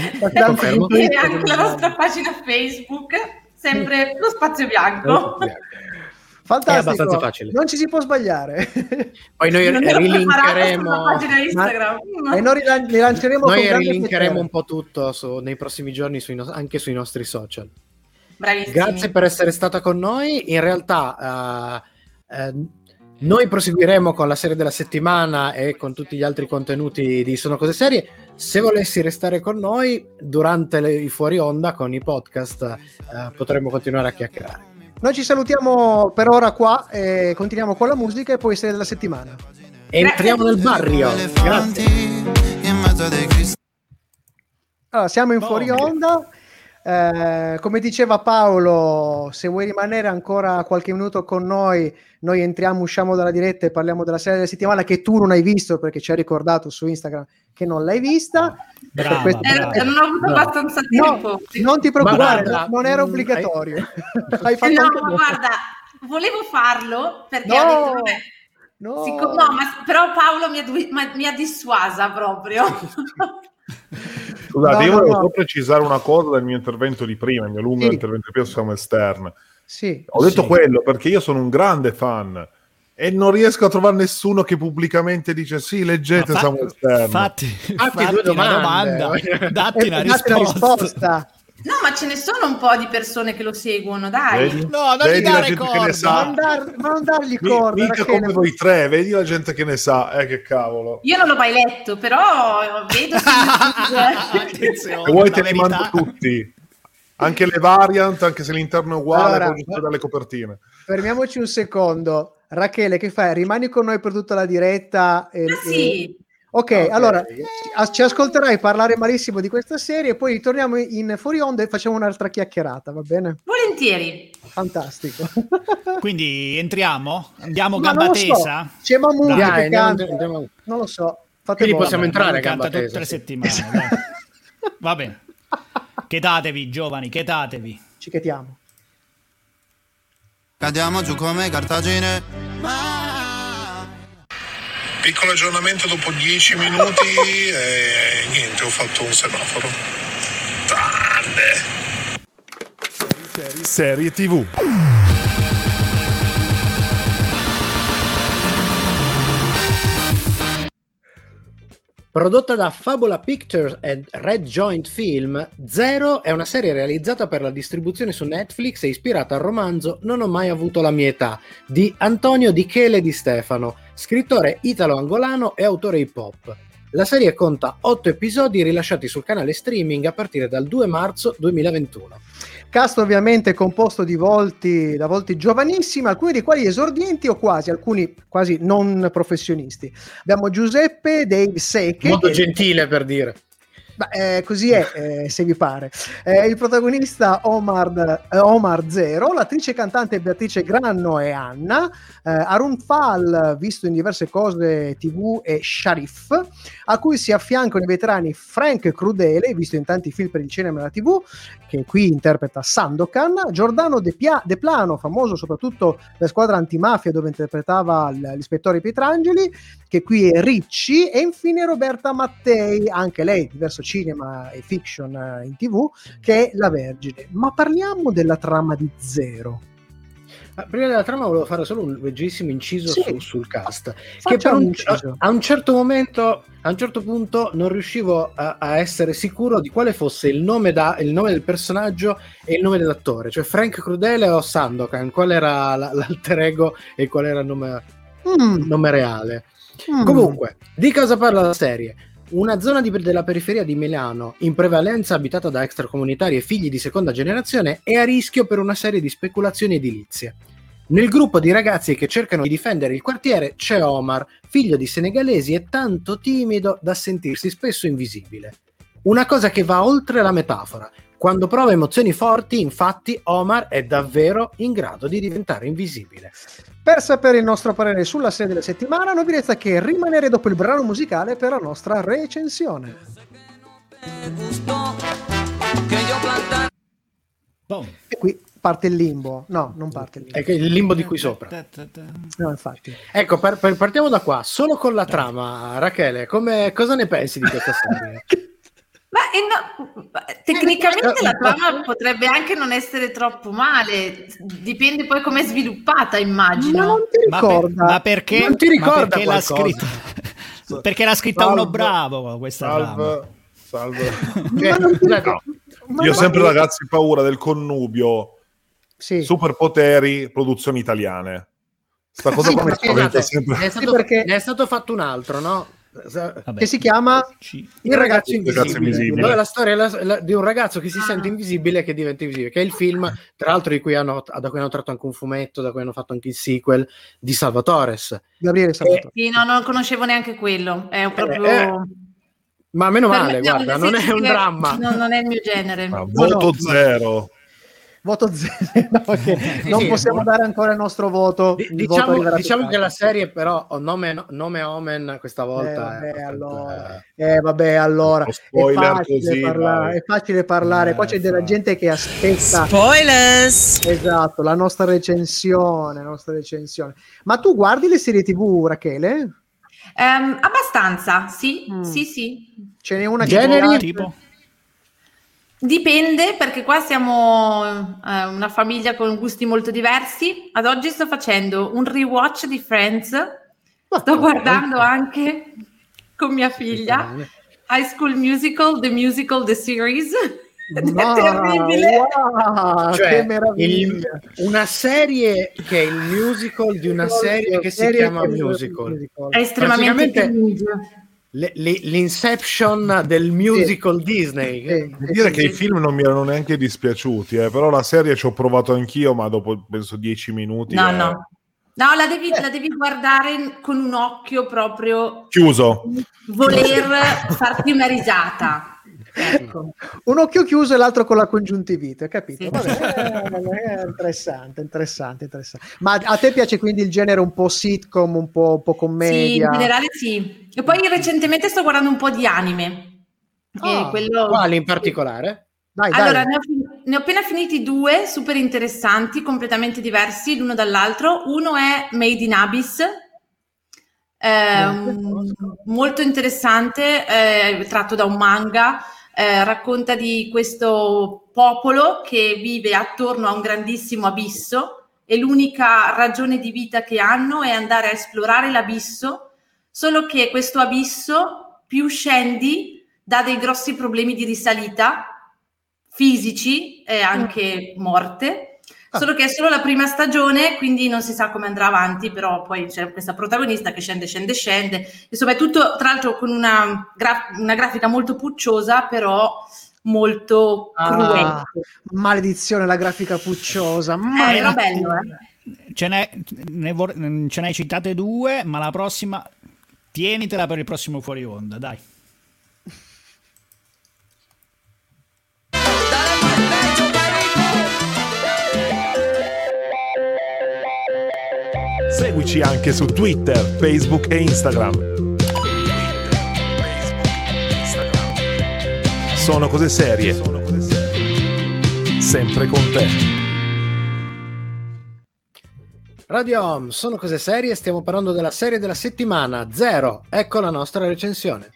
anche la nostra pagina Facebook, sempre lo Spazio Bianco. Fantastico. È abbastanza facile. Non ci si può sbagliare. Poi noi rilinkeremo la pagina Instagram. Ma, e noi rilan- rilanceremo noi con rilinkeremo un po' tutto su, nei prossimi giorni sui no- anche sui nostri social. Bravissimi. Grazie per essere stata con noi. In realtà uh, uh, noi proseguiremo con la serie della settimana e con tutti gli altri contenuti di Sono Cose Serie. Se volessi restare con noi durante le, i fuori onda con i podcast, eh, potremmo continuare a chiacchierare. Noi ci salutiamo per ora qua e continuiamo con la musica e poi serie della settimana. Entriamo nel barrio. Grazie. Allora, siamo in fuori onda. Eh, come diceva Paolo, se vuoi rimanere ancora qualche minuto con noi, noi entriamo, usciamo dalla diretta e parliamo della serie della settimana che tu non hai visto, perché ci hai ricordato su Instagram che non l'hai vista. Brava, questo... eh, non ho avuto no. abbastanza tempo. No, non ti preoccupare, guarda, non era obbligatorio. Hai... hai fatto no, anche ma guarda, volevo farlo perché no, ho detto, vabbè, no. Siccome, no, ma però Paolo mi ha, ma, mi ha dissuasa proprio. Scusate, no, io no, volevo no. solo precisare una cosa del mio intervento di prima, il mio lungo sì. intervento di prima su Sam Stern. Sì, Ho detto sì. quello perché io sono un grande fan e non riesco a trovare nessuno che pubblicamente dice sì, leggete fa- Samuel Stern. Fatti, Fatti fatti due una domande. domanda, datti una Eh, date risposta. la risposta. No, ma ce ne sono un po' di persone che lo seguono, dai. Vedi? No, non Vedi gli la dare gente che ne corda. sa. Non, dar, non dargli Mi- corda. mica Rachele. come voi tre, vedi la gente che ne sa, eh, che cavolo. Io non l'ho mai letto, però vedo su YouTube. Attenzione, Se vuoi la te li verità. mando tutti, anche le variant, anche se l'interno è uguale, Allora, poi giusto dalle copertine. Fermiamoci un secondo. Rachele, che fai? Rimani con noi per tutta la diretta? E, Ah, sì. e... Ok, Ok. allora ci- ci ascolterai parlare malissimo di questa serie, poi ritorniamo in fuori onda e facciamo un'altra chiacchierata, va bene? Volentieri. Fantastico. Quindi entriamo? Andiamo Ma gamba non lo so. tesa? C'è Mahmood Dai, che Dai, andiamo- canta. andiamo- Non lo so. Fate Quindi voi. possiamo entrare a Canta gamba tutte tesa, le sì. settimane. dai. Va bene. Chetatevi, giovani, chetatevi. Ci chetiamo. Cadiamo giù come Cartagine. Piccolo aggiornamento dopo dieci minuti e niente, ho fatto un semaforo. Grande. Serie tivù. Prodotta da Fabula Pictures e Red Joint Film, Zero è una serie realizzata per la distribuzione su Netflix e ispirata al romanzo Non ho mai avuto la mia età di Antonio Di Chele Di Stefano, scrittore italo-angolano e autore hip hop. La serie conta otto episodi rilasciati sul canale streaming a partire dal due marzo duemilaventuno. Cast ovviamente composto di volti, da volti giovanissimi, alcuni dei quali esordienti o quasi, alcuni quasi non professionisti. Abbiamo Giuseppe Dave Secche. Modo che- gentile per dire. Beh, eh, così è, eh, se vi pare. Eh, il protagonista Omar, eh, Omar Zero, l'attrice cantante Beatrice Granno e Anna, eh, Arun Fal, visto in diverse cose tivù, e Sharif, a cui si affiancano i veterani Frank Crudele, visto in tanti film per il cinema e la tivù, che qui interpreta Sandokan, Giordano De, Pia- De Plano, famoso soprattutto per Squadra Antimafia, dove interpretava l- l'ispettore Pietrangeli, che qui è Ricci, e infine Roberta Mattei, anche lei diverso cinema e fiction eh, in tivù, che è La Vergine. Ma parliamo della trama di Zero. Ah, prima della trama volevo fare solo un leggerissimo inciso Sì. su, sul cast, Faccia che per un un, inciso. a, a un certo momento, a un certo punto non riuscivo a, a essere sicuro di quale fosse il nome, da, il nome del personaggio e il nome dell'attore, cioè Frank Crudele o Sandokan, qual era la, l'alter ego e qual era il nome, Mm. il nome reale. Mm. Comunque, di cosa parla la serie? Una zona di, della periferia di Milano, in prevalenza abitata da extracomunitari e figli di seconda generazione, è a rischio per una serie di speculazioni edilizie. Nel gruppo di ragazzi che cercano di difendere il quartiere c'è Omar, figlio di senegalesi e tanto timido da sentirsi spesso invisibile. Una cosa che va oltre la metafora. Quando prova emozioni forti, infatti, Omar è davvero in grado di diventare invisibile. Per sapere il nostro parere sulla serie della settimana, non vi resta che rimanere dopo il brano musicale per la nostra recensione. Boom. E qui parte il limbo. No, non parte il limbo. È che il limbo di qui sopra. No, infatti. Ecco, per, per- partiamo da qua, solo con la trama. Rachele, come, cosa ne pensi di questa serie? Ma eh, no, tecnicamente la trama potrebbe anche non essere troppo male, dipende poi come è sviluppata, immagino. Ma non ti Ma, per- ricorda? ma perché, Non ti ma ricorda perché l'ha qualcosa? scritta? Perché l'ha scritta Salve. uno bravo questa trama. Salve, salve. Ma non ti Cioè, ricorda? Ma Io ho no, sempre, ma- ragazzi, paura del connubio. Sì. Superpoteri, produzioni italiane. Sta cosa Sì, qua mi perché- spaventa Scusate, sempre. ne è stato, Sì, perché- ne è stato fatto un altro, no? Vabbè. Che si chiama Ci- Il ragazzo Il ragazzo invisibile, invisibile. dove la storia è la- la- di un ragazzo che si Ah. sente invisibile e che diventa invisibile, che è il film, tra l'altro, di cui hanno, da cui hanno tratto anche un fumetto, da cui hanno fatto anche il sequel di Salvatores. Gabriele Salvatore. Sì, no, non conoscevo neanche quello, è proprio... Eh, eh, Ma meno Per male, me- no, guarda, nel non è senso un che dramma. Non, non è il mio genere. Ah, No, voto no. zero. Voto zero. No, che non sì, possiamo buono. dare ancora il nostro voto. Di- Il voto diciamo arriverà più diciamo che tardi. la serie, però, oh, nome, nome Omen questa Eh, volta vabbè, è abbastanza- allora. Eh, vabbè, allora. Un È spoiler facile, così, parlare, dai. è facile parlare. Poi c'è Eh, della fa- gente che aspetta. Spoilers! Esatto, la nostra recensione, la nostra recensione. Ma tu guardi le serie tivù, Rachele? Ehm, abbastanza, sì, Mm. sì, sì. Ce n'è una che Generi? ti piace? Tipo? Dipende, perché qua siamo eh, una famiglia con gusti molto diversi. Ad oggi sto facendo un rewatch di Friends, sto guardando anche con mia figlia High School Musical, The Musical, The Series. Ed è Ma, terribile. wow, Cioè, che meraviglia. il- una serie che è il musical di una serie che si Serie chiama che- musical. È estremamente Praticamente- cringe. Le- le- l'inception del musical Disney. Sì, Devo sì, dire sì, che sì. i film non mi erano neanche dispiaciuti, eh, però la serie ci ho provato anch'io, ma dopo penso dieci minuti. No, eh, no. No, la devi, la devi guardare in- con un occhio proprio Chiuso. voler farti una risata. Ecco, un occhio chiuso e l'altro con la congiuntivite, capito? Sì. Vabbè, è interessante, interessante, interessante. Ma a te piace quindi il genere un po' sitcom, un po', un po' Sì, commedia? in generale sì. E poi recentemente sto guardando un po' di anime. Ah, E quello... Quali in particolare? Dai, Allora, dai. ne ho, fin- ne ho appena finiti due super interessanti, completamente diversi l'uno dall'altro. Uno è Made in Abyss, eh, un- molto interessante, eh, tratto da un manga, eh, racconta di questo popolo che vive attorno a un grandissimo abisso e l'unica ragione di vita che hanno è andare a esplorare l'abisso, solo che questo abisso, più scendi, dà dei grossi problemi di risalita fisici e anche morte. Solo che è solo la prima stagione, quindi non si sa come andrà avanti, però poi c'è questa protagonista che scende, scende, scende. Insomma, è tutto, tra l'altro, con una, gra- una grafica molto pucciosa, però molto cruenta. Ah, maledizione, la grafica pucciosa. Eh, era bello, eh. Ce n'è, ne vor- ce n'hai citate due, ma la prossima tienitela per il prossimo fuori onda, dai. Seguici anche su Twitter, Facebook e Instagram. Sono cose serie. Sempre con te. Radio Home, sono cose serie, stiamo parlando della serie della settimana, Zero. Ecco la nostra recensione.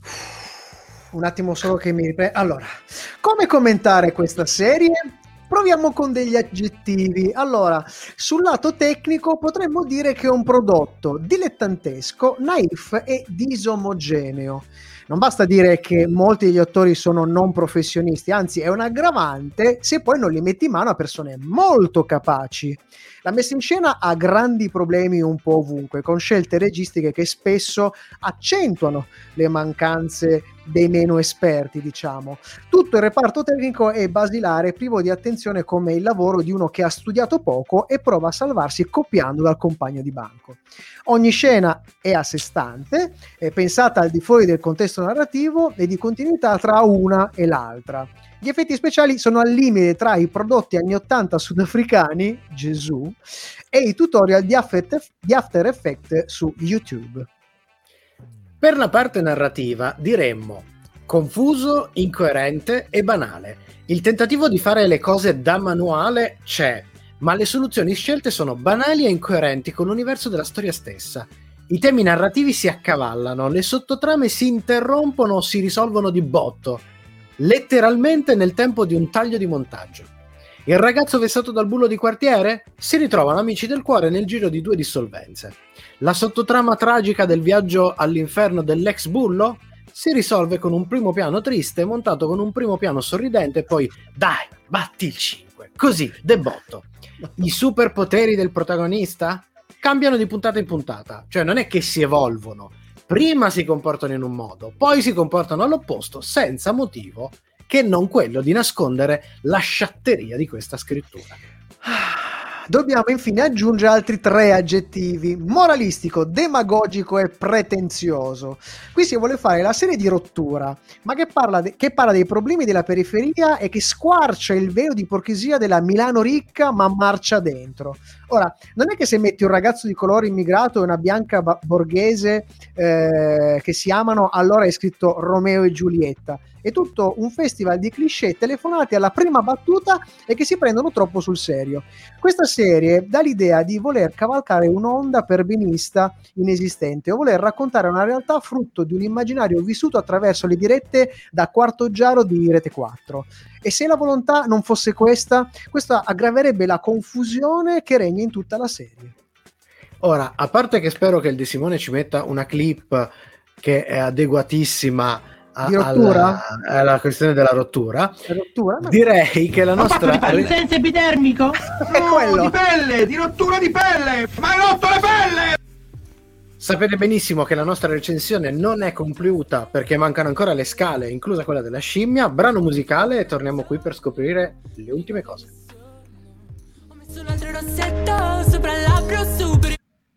Un attimo solo che mi riprendo. Allora, come commentare questa serie? Proviamo con degli aggettivi. Allora, sul lato tecnico potremmo dire che è un prodotto dilettantesco, naif e disomogeneo. Non basta dire che molti degli attori sono non professionisti, anzi è un aggravante se poi non li metti in mano a persone molto capaci. La messa in scena ha grandi problemi un po' ovunque, con scelte registiche che spesso accentuano le mancanze dei meno esperti, diciamo. Tutto il reparto tecnico è basilare, privo di attenzione, come il lavoro di uno che ha studiato poco e prova a salvarsi copiando dal compagno di banco. Ogni scena è a sé stante, è pensata al di fuori del contesto narrativo e di continuità tra una e l'altra. Gli effetti speciali sono al limite tra i prodotti anni ottanta sudafricani, Gesù, e i tutorial di After, di After Effects su YouTube. Per la parte narrativa diremmo confuso, incoerente e banale. Il tentativo di fare le cose da manuale c'è, ma le soluzioni scelte sono banali e incoerenti con l'universo della storia stessa. I temi narrativi si accavallano, le sottotrame si interrompono o si risolvono di botto, letteralmente nel tempo di un taglio di montaggio. Il ragazzo vessato dal bullo di quartiere? Si ritrovano amici del cuore nel giro di due dissolvenze. La sottotrama tragica del viaggio all'inferno dell'ex bullo? Si risolve con un primo piano triste montato con un primo piano sorridente e poi dai, batti il cinque, così, de botto. I superpoteri del protagonista? Cambiano di puntata in puntata, cioè non è che si evolvono. Prima si comportano in un modo, poi si comportano all'opposto, senza motivo che non quello di nascondere la sciatteria di questa scrittura. Dobbiamo infine aggiungere altri tre aggettivi: moralistico, demagogico e pretenzioso. Qui si vuole fare la serie di rottura, ma che parla, de- che parla dei problemi della periferia e che squarcia il velo di ipocrisia della Milano ricca ma marcia dentro. Ora, non è che se metti un ragazzo di colore immigrato e una bianca ba- borghese eh, che si amano, allora hai scritto Romeo e Giulietta. È tutto un festival di cliché telefonati alla prima battuta e che si prendono troppo sul serio. Questa serie dà l'idea di voler cavalcare un'onda perbenista inesistente o voler raccontare una realtà frutto di un immaginario vissuto attraverso le dirette da quarto giaro di Rete quattro. E se la volontà non fosse questa, questa aggraverebbe la confusione che regna in tutta la serie. Ora, a parte che spero che il De Simone ci metta una clip che è adeguatissima di rottura? Alla, alla questione della rottura, la rottura ma... direi che la nostra di senso epidermico è quello di pelle, di rottura di pelle, ma hai rotto le pelle. Sapete benissimo che la nostra recensione non è compiuta perché mancano ancora le scale, inclusa quella della scimmia. Brano musicale e torniamo qui per scoprire le ultime cose. Ho messo un altro rossetto sopra il labbro super.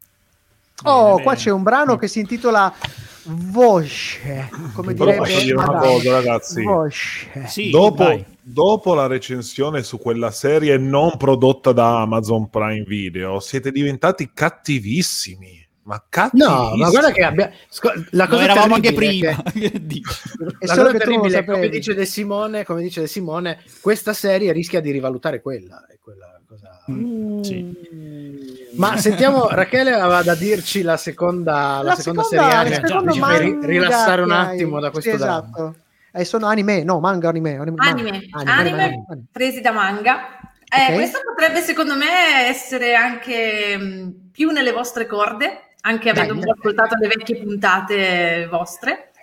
Oh, qua c'è un brano che si intitola Voce, come Però direbbe posso dire una cosa, ragazzi. Voce. Sì, dopo, dopo la recensione su quella serie non prodotta da Amazon Prime Video, siete diventati cattivissimi. Ma cattivissimi. No, ma guarda che abbia... la cosa Noi eravamo anche prima. Che... È la solo cosa che tu non lo terribile, come sapevi. dice De Simone, come dice De Simone, questa serie rischia di rivalutare quella. È quella cosa... Mm, sì. Ma sentiamo, Rachele aveva da dirci la seconda, la La seconda, seconda- serie il secondo Dici, per ri- manga rilassare un che hai- attimo da questo sì, dramma. esatto. Eh, sono anime, no, manga anime. Anime, Anime, manga. anime, anime, anime. presi da manga. Eh, Ok. Questo potrebbe secondo me essere anche mh, più nelle vostre corde, anche avendo Dai. un po' ascoltato le vecchie puntate vostre.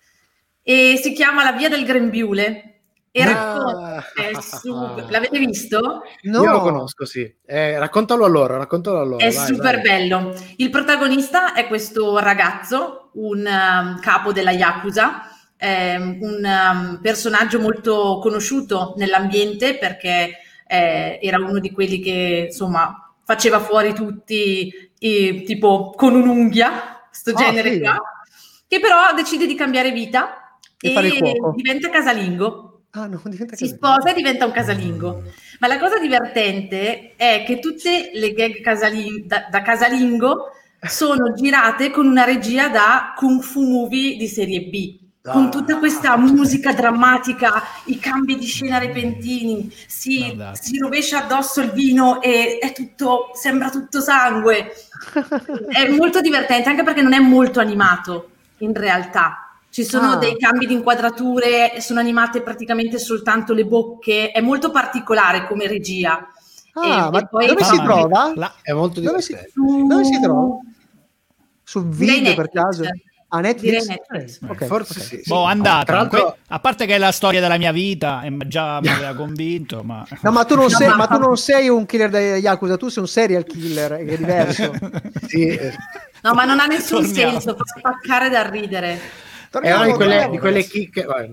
E si chiama La via del grembiule. E Ah. racconta, è su- l'avete visto? No. Io lo conosco, sì. Eh, raccontalo allora, raccontalo allora. È vai, super vai. bello. Il protagonista è questo ragazzo, un um, capo della Yakuza, ehm, un um, personaggio molto conosciuto nell'ambiente perché eh, era uno di quelli che insomma faceva fuori tutti eh, tipo con un'unghia, sto Ah, genere sì. qua, che però decide di cambiare vita E e fare il cuoco. diventa casalingo. Ah, no, diventa Si così. sposa e diventa un casalingo. Ma la cosa divertente è che tutte le gag casali- da, da casalingo sono girate con una regia da Kung Fu Movie di serie B, con tutta questa musica drammatica, i cambi di scena repentini, si, si rovescia addosso il vino e è tutto, sembra tutto sangue. È molto divertente, anche perché non è molto animato in realtà. Ci sono ah. dei cambi di inquadrature, sono animate praticamente soltanto le bocche, è molto particolare come regia. Ah, e, ma e poi dove si trova? La... È molto dove si... divertente. dove si trova? Su video Netflix. Per caso? A Netflix? Netflix. Eh, okay, Forse okay. sì. sì. Boh, andata. Tra l'altro... A parte che è la storia della mia vita, e già mi aveva convinto, ma... No, ma tu non sei, ma tu non sei un killer da Yakuza, tu sei un serial killer, che è diverso. Sì. No, ma non ha nessun Torniamo. senso, fa spaccare da ridere. È una di quelle, di quelle chicche... Vai.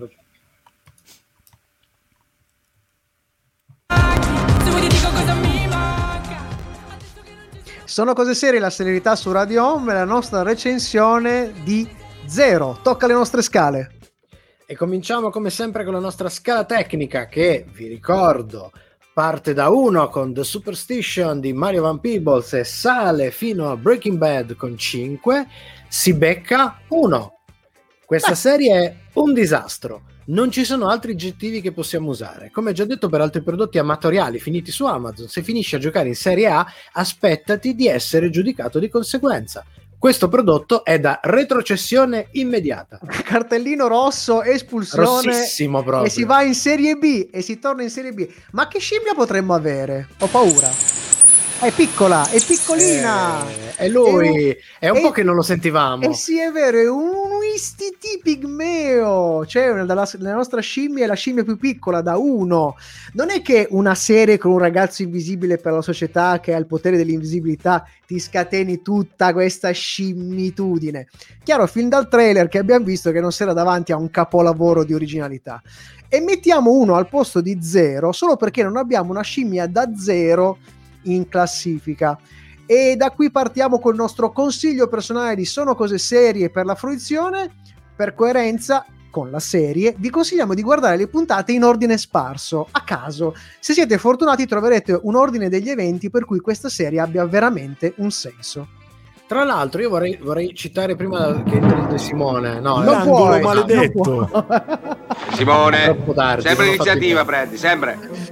Sono cose serie, la serialità su Radio Home, la nostra recensione di Zero. Tocca le nostre scale. E cominciamo come sempre con la nostra scala tecnica che, vi ricordo, parte da uno con The Superstition di Mario Van Peebles e sale fino a Breaking Bad con cinque, si becca uno. Questa serie è un disastro. Non ci sono altri aggettivi che possiamo usare. Come già detto per altri prodotti amatoriali finiti su Amazon, se finisci a giocare in Serie A, aspettati di essere giudicato di conseguenza. Questo prodotto è da retrocessione immediata. Cartellino rosso, espulsione. Rossissimo proprio. E si va in Serie B e si torna in Serie B. Ma che scimmia potremmo avere? Ho paura. È piccola, è piccolina. Eh, è lui. È un, è un è, po' che non lo sentivamo. Eh sì, è vero, è un Uistiti pigmeo. Cioè, la, la nostra scimmia è la scimmia più piccola, da uno. Non è che una serie con un ragazzo invisibile per la società che ha il potere dell'invisibilità ti scateni tutta questa scimmitudine. Chiaro, fin dal trailer che abbiamo visto che non si era davanti a un capolavoro di originalità. E mettiamo uno al posto di zero solo perché non abbiamo una scimmia da zero in classifica. E da qui partiamo col nostro consiglio personale di Sono cose serie per la fruizione. Per coerenza con la serie vi consigliamo di guardare le puntate in ordine sparso, a caso. Se siete fortunati troverete un ordine degli eventi per cui questa serie abbia veramente un senso. Tra l'altro io vorrei, vorrei citare prima che interrompe Simone. No, non puoi, maledetto. non puoi. Simone, tardi, sempre l'iniziativa prendi, sempre.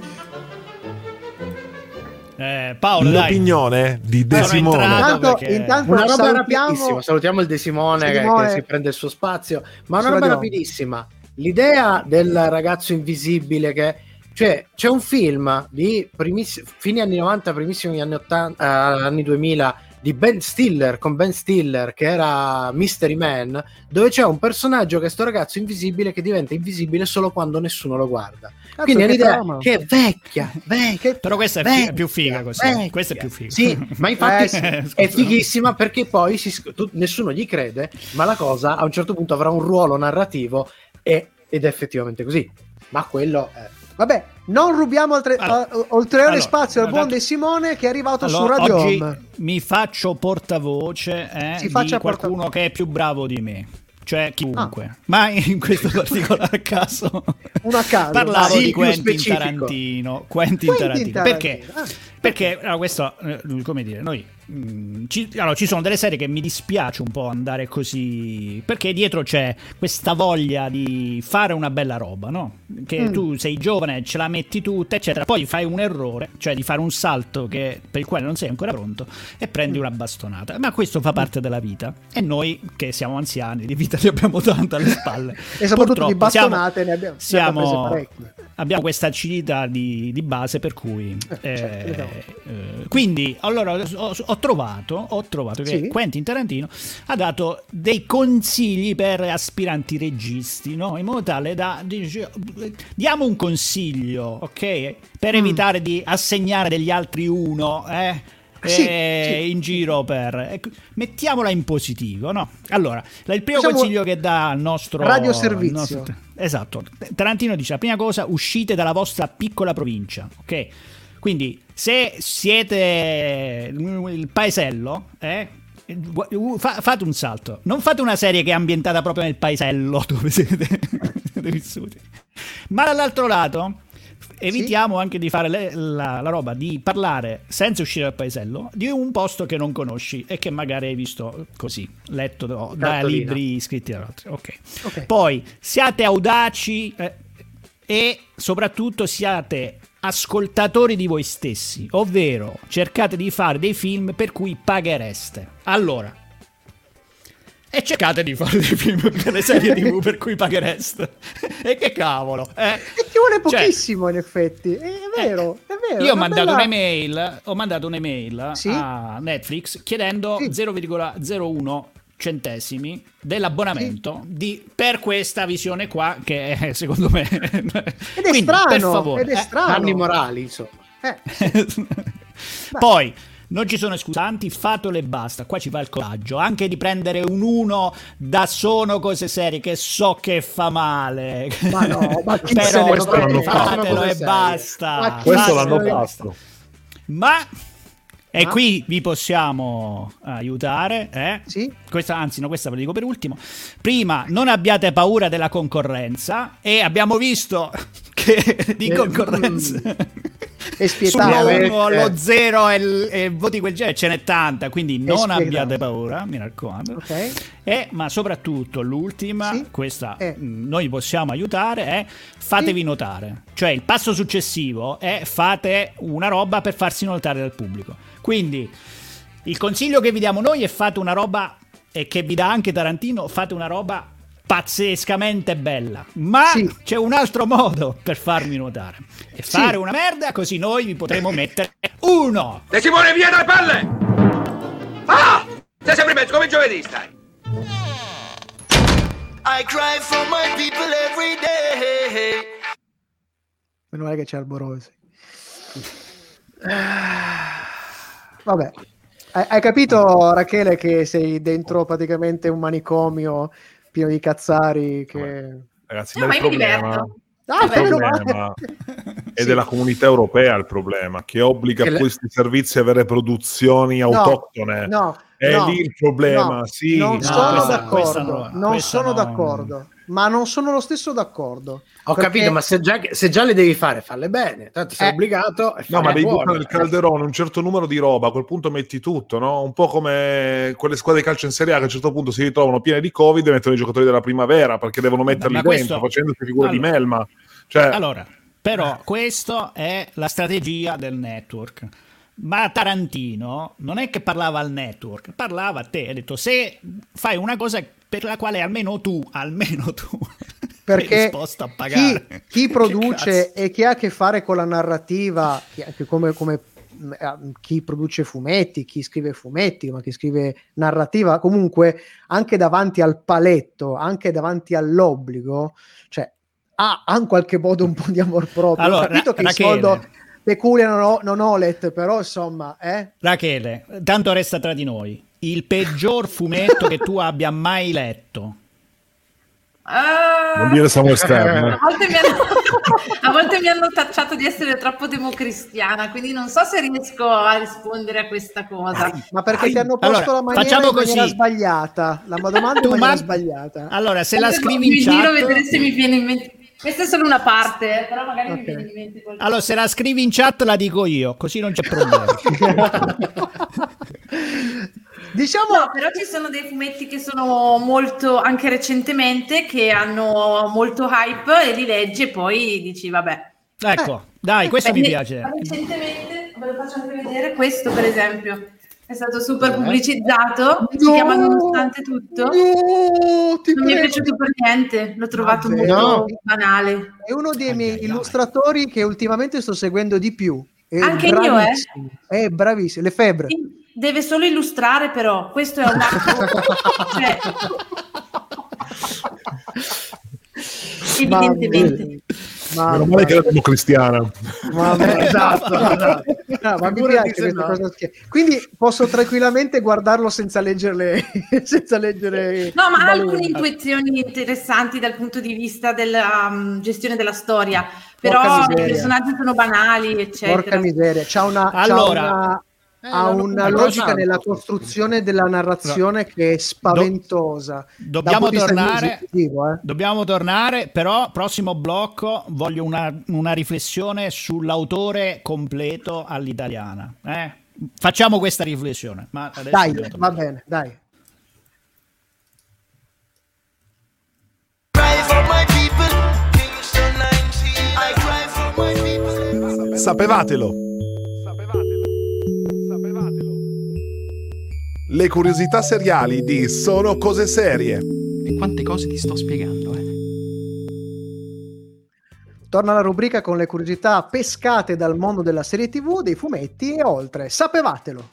Eh, Paolo, l'opinione dai. di De Simone. Intanto, perché... intanto una roba salutiamo... rapidissima, salutiamo il De Simone, Simone. Che, che si prende il suo spazio, ma una roba rapidissima. L'idea del ragazzo invisibile che, cioè, c'è un film di primiss- fine anni novanta, primissimi anni ottanta, uh, anni duemila di Ben Stiller, con Ben Stiller che era Mystery Man, dove c'è un personaggio che è sto ragazzo invisibile che diventa invisibile solo quando nessuno lo guarda. Cazzo, quindi è che un'idea trama. che è vecchia, vecchia però questa è, vecchia, fi- più figa così. vecchia. Questa è più figa. Sì, ma infatti Eh, è fighissima perché poi si sc- tu- nessuno gli crede, ma la cosa a un certo punto avrà un ruolo narrativo e, ed è effettivamente così. Ma quello è... Vabbè, non rubiamo altre, allora, uh, ulteriore allora, spazio al buon tanto, De Simone che è arrivato allora, su Radio oggi Home. mi faccio portavoce eh, Si di faccia qualcuno porta- che è più bravo di me, cioè chiunque, ah. ma in questo particolare caso uno a caso, parlavo sì, di più Quentin specifico. Tarantino. Quentin, Quentin Tarantino. Tarantino. Perché? Ah. Perché allora, questo, eh, come dire, noi mh, ci, allora, ci sono delle serie che mi dispiace un po' andare così, perché dietro c'è questa voglia di fare una bella roba, no? Che mm. tu sei giovane, ce la metti tutta, eccetera, poi fai un errore, cioè di fare un salto che, per il quale non sei ancora pronto e prendi mm. una bastonata. Ma questo fa parte della vita e noi che siamo anziani di vita ne abbiamo tanta alle spalle. E soprattutto di Purtroppo bastonate siamo, ne abbiamo, siamo, ne abbiamo prese parecchie. Abbiamo questa acidità di, di base per cui eh, certo, eh, eh, quindi allora ho, ho trovato ho trovato che sì. Quentin Tarantino ha dato dei consigli per aspiranti registi, no? In modo tale da dice, diamo un consiglio, ok, per mm. evitare di assegnare degli altri uno eh Sì, eh, sì. in giro per ecco, mettiamola in positivo, no? Allora, il primo Facciamo consiglio che dà al nostro radioservizio, nostro, esatto, Tarantino dice la prima cosa: uscite dalla vostra piccola provincia, ok? Quindi se siete il paesello, eh, fate un salto, non fate una serie che è ambientata proprio nel paesello dove siete vissuti, ma dall'altro lato evitiamo sì. anche di fare le, la, la roba di parlare senza uscire dal paesello di un posto che non conosci e che magari hai visto così, letto da, da libri scritti da altri. Okay. ok. Poi siate audaci eh, e soprattutto siate ascoltatori di voi stessi, ovvero cercate di fare dei film per cui paghereste. Allora, e cercate di fare dei film, delle serie tv per cui paghereste. E che cavolo, eh? E ci vuole pochissimo, cioè, in effetti, è vero, è vero. Io ho mandato bella... un'email, ho mandato un'email sì? a Netflix chiedendo sì. zero virgola zero uno centesimi dell'abbonamento sì. di, per questa visione qua che è, secondo me ed è Quindi, strano per favore, ed è strano. Danni morali, insomma. Eh. Poi non ci sono scusanti, fatelo e basta. Qua ci fa il coraggio anche di prendere un uno da Sono Cose Serie, che so che fa male, ma no, ma chi però questo l'hanno fatelo e basta. Ma questo l'hanno fatto. Ma E ah. qui vi possiamo aiutare, eh? Sì. Questa, anzi, no, questa ve lo dico per ultimo. Prima, non abbiate paura della concorrenza, e abbiamo visto che di concorrenza è sull'uno, lo zero e, e voti quel genere ce n'è tanta, quindi non abbiate paura, mi raccomando. Okay. E, ma soprattutto l'ultima, sì. questa eh. noi possiamo aiutare, è fatevi sì. notare. Cioè il passo successivo è fate una roba per farsi notare dal pubblico. Quindi il consiglio che vi diamo noi è fate una roba, e che vi dà anche Tarantino, fate una roba pazzescamente bella, ma sì. c'è un altro modo per farmi notare, e fare sì. una merda, così noi vi potremo mettere uno. De Simone, via dalle palle! Ah! Sei sempre in mezzo, come giovedì stai. I cry for my people every day. Meno male che c'è Alborosi. Vabbè, hai, hai capito, Rachele, che sei dentro praticamente un manicomio pieno di cazzari che... Ragazzi, no, ma il problema, ah, il problema è sì. della comunità europea, il problema che obbliga che questi le... servizi a avere produzioni no, autoctone. No, è no, lì il problema. No, sì. non no, sono questa, d'accordo, no, non sono no. d'accordo, ma non sono lo stesso d'accordo. Ho perché... capito, ma se già, se già le devi fare, falle bene. Tanto sei eh. obbligato. No, ma devi buttare nel calderone un certo numero di roba, a quel punto metti tutto, no? Un po' come quelle squadre di calcio in Serie A che a un certo punto si ritrovano piene di Covid e mettono i giocatori della primavera perché devono metterli ma dentro, questo... facendosi figure allora, di melma. Cioè... Allora, però, questo è la strategia del network. Ma Tarantino non è che parlava al network, parlava a te, ha detto se fai una cosa per la quale almeno tu, almeno tu perché sei disposto a pagare. Chi, chi produce e chi ha a che fare con la narrativa, come, come chi produce fumetti, chi scrive fumetti, ma chi scrive narrativa, comunque anche davanti al paletto, anche davanti all'obbligo, cioè ha, ha in qualche modo un po' di amor proprio. Allora, ho capito che Rachele, il soldo peculia non ho, non ho let, però insomma eh? Rachele, tanto resta tra di noi, il peggior fumetto che tu abbia mai letto. Uh, non dire Samuel Stern, eh. a, volte mi hanno, a volte mi hanno tacciato di essere troppo democristiana, quindi non so se riesco a rispondere a questa cosa. Ma perché Ai, ti hanno posto allora, la maniera, facciamo in maniera così. sbagliata la domanda in tu maniera man- sbagliata. Allora, se la scrivi mi in chat, giro vedere se mi viene in mente. Questa è solo una parte, però magari okay. mi viene in mente qualcosa. Allora, se la scrivi in chat la dico io, così non c'è problema. Diciamo, no, però ci sono dei fumetti che sono molto, anche recentemente, che hanno molto hype e li leggi e poi dici vabbè. Ecco, eh, dai, questo beh, mi piace. Recentemente, ve lo faccio anche vedere, questo per esempio è stato super pubblicizzato, no, si chiama Nonostante Tutto, no, ti non prego. mi è piaciuto per niente, l'ho trovato no, molto no. banale. È uno dei miei ai, illustratori ai. che ultimamente sto seguendo di più. È anche io, eh? È bravissimo, le febbre. Sì. Deve solo illustrare, però questo è un atto cioè, evidentemente ma, meno male che era democristiana, ma, ma, esatto, esatto. No, ma mi piace no. cosa schia- quindi posso tranquillamente guardarlo senza leggerle senza leggere no, ma ha alcune intuizioni interessanti dal punto di vista della um, gestione della storia, però i personaggi sono banali, eccetera. Porca miseria, c'ha una, allora c'ha una Eh, ha l'hanno una puntato logica tanto. nella costruzione della narrazione che è spaventosa. Do- Da un dobbiamo punto di vista tornare, positivo, eh. dobbiamo tornare, però prossimo blocco voglio una, una riflessione sull'autore completo all'italiana. Eh? Facciamo questa riflessione. Ma adesso Dai, dobbiamo va tornare. bene, dai. Sapevatelo. Le curiosità seriali di Sono Cose Serie. E quante cose ti sto spiegando, eh? Torna la rubrica con le curiosità pescate dal mondo della serie tivù, dei fumetti e oltre. Sapevatelo.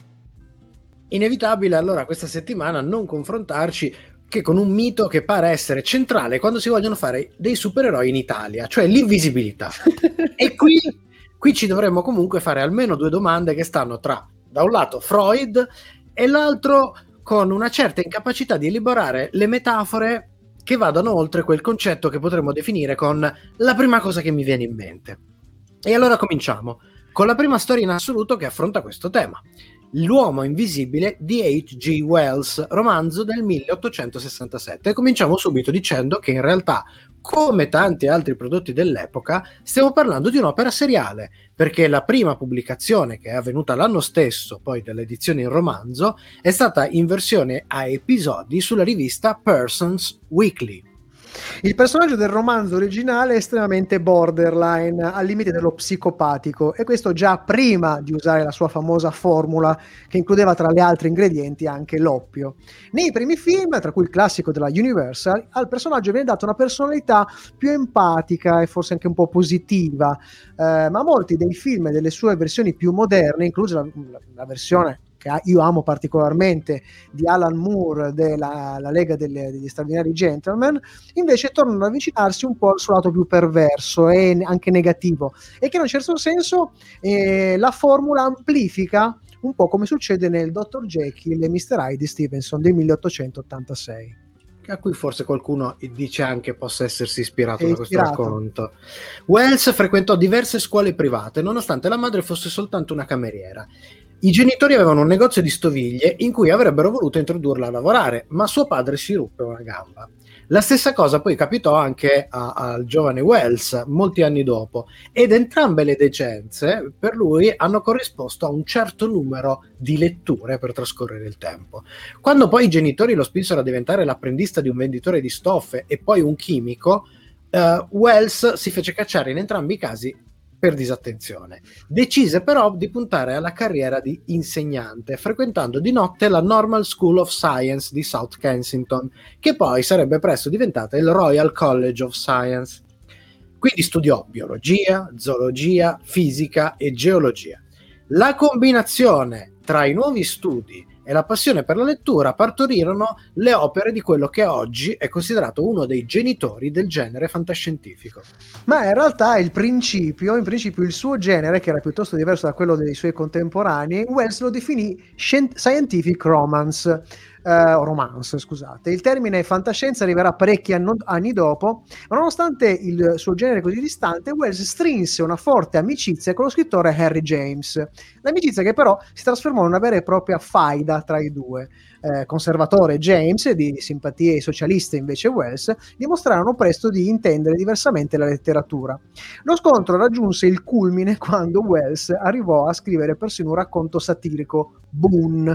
Inevitabile allora questa settimana non confrontarci che con un mito che pare essere centrale quando si vogliono fare dei supereroi in Italia, cioè l'invisibilità. E qui, qui ci dovremmo comunque fare almeno due domande che stanno tra, da un lato, Freud e l'altro con una certa incapacità di elaborare le metafore che vadano oltre quel concetto che potremmo definire con la prima cosa che mi viene in mente. E allora cominciamo con la prima storia in assoluto che affronta questo tema. L'uomo invisibile di H G Wells, romanzo del milleottocentosessantasette. E cominciamo subito dicendo che in realtà, come tanti altri prodotti dell'epoca, stiamo parlando di un'opera seriale, perché la prima pubblicazione, che è avvenuta l'anno stesso poi dell'edizione in romanzo, è stata in versione a episodi sulla rivista Persons Weekly. Il personaggio del romanzo originale è estremamente borderline, al limite dello psicopatico, e questo già prima di usare la sua famosa formula che includeva tra gli altri ingredienti anche l'oppio. Nei primi film, tra cui il classico della Universal, al personaggio viene data una personalità più empatica e forse anche un po' positiva, eh, ma molti dei film e delle sue versioni più moderne, inclusa la, la, la versione che io amo particolarmente di Alan Moore della la Lega delle, degli Straordinari Gentlemen, invece tornano ad avvicinarsi un po' al suo lato più perverso e anche negativo, e che in un certo senso eh, la formula amplifica un po' come succede nel dottor Jekyll e mister Hyde di Stevenson del milleottocentottantasei. A cui forse qualcuno dice anche possa essersi ispirato È da questo ispirato. racconto. Wells frequentò diverse scuole private, nonostante la madre fosse soltanto una cameriera. I genitori avevano un negozio di stoviglie in cui avrebbero voluto introdurla a lavorare, ma suo padre si ruppe una gamba. La stessa cosa poi capitò anche a, al giovane Wells molti anni dopo, ed entrambe le decenze per lui hanno corrisposto a un certo numero di letture per trascorrere il tempo. Quando poi i genitori lo spinsero a diventare l'apprendista di un venditore di stoffe e poi un chimico, uh, Wells si fece cacciare in entrambi i casi per disattenzione. Decise però di puntare alla carriera di insegnante, frequentando di notte la Normal School of Science di South Kensington, che poi sarebbe presto diventata il Royal College of Science. Quindi studiò biologia, zoologia, fisica e geologia. La combinazione tra i nuovi studi e la passione per la lettura partorirono le opere di quello che oggi è considerato uno dei genitori del genere fantascientifico. Ma in realtà il principio, in principio il suo genere, che era piuttosto diverso da quello dei suoi contemporanei, Wells lo definì scientific romance, eh, o romance, scusate. Il termine fantascienza arriverà parecchi anno, anni dopo, ma nonostante il suo genere così distante, Wells strinse una forte amicizia con lo scrittore Henry James. L'amicizia che però si trasformò in una vera e propria faida tra i due. Eh, conservatore James, di simpatie socialiste invece Wells, dimostrarono presto di intendere diversamente la letteratura. Lo scontro raggiunse il culmine quando Wells arrivò a scrivere persino un racconto satirico, Boone,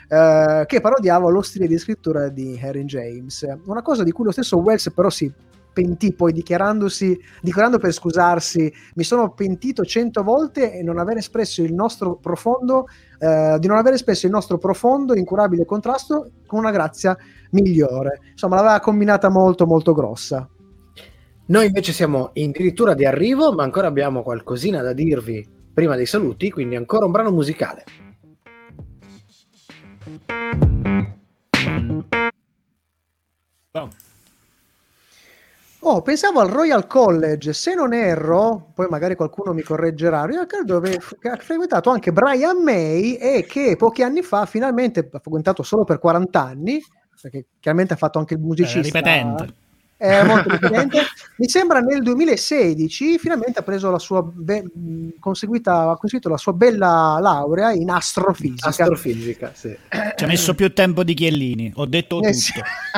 eh, che parodiava lo stile di scrittura di Henry James. Una cosa di cui lo stesso Wells però si pentì poi, dichiarandosi dichiarando per scusarsi: mi sono pentito cento volte e non aver espresso il nostro profondo eh, di non aver espresso il nostro profondo incurabile contrasto con una grazia migliore. Insomma, l'aveva combinata molto molto grossa. Noi invece siamo addirittura di arrivo, ma ancora abbiamo qualcosina da dirvi prima dei saluti, quindi ancora un brano musicale. Oh. Oh, pensavo al Royal College, se non erro, poi magari qualcuno mi correggerà, Royal College dove ha frequentato anche Brian May e che pochi anni fa finalmente ha frequentato solo per quaranta anni, perché chiaramente ha fatto anche il musicista. Eh, ripetente. è molto differente. Mi sembra nel duemilasedici finalmente ha preso la sua be- conseguita, ha conseguito la sua bella laurea in astrofisica. Astrofisica, sì. Ci ha messo più tempo di Chiellini, ho detto Eh, tutto. sì.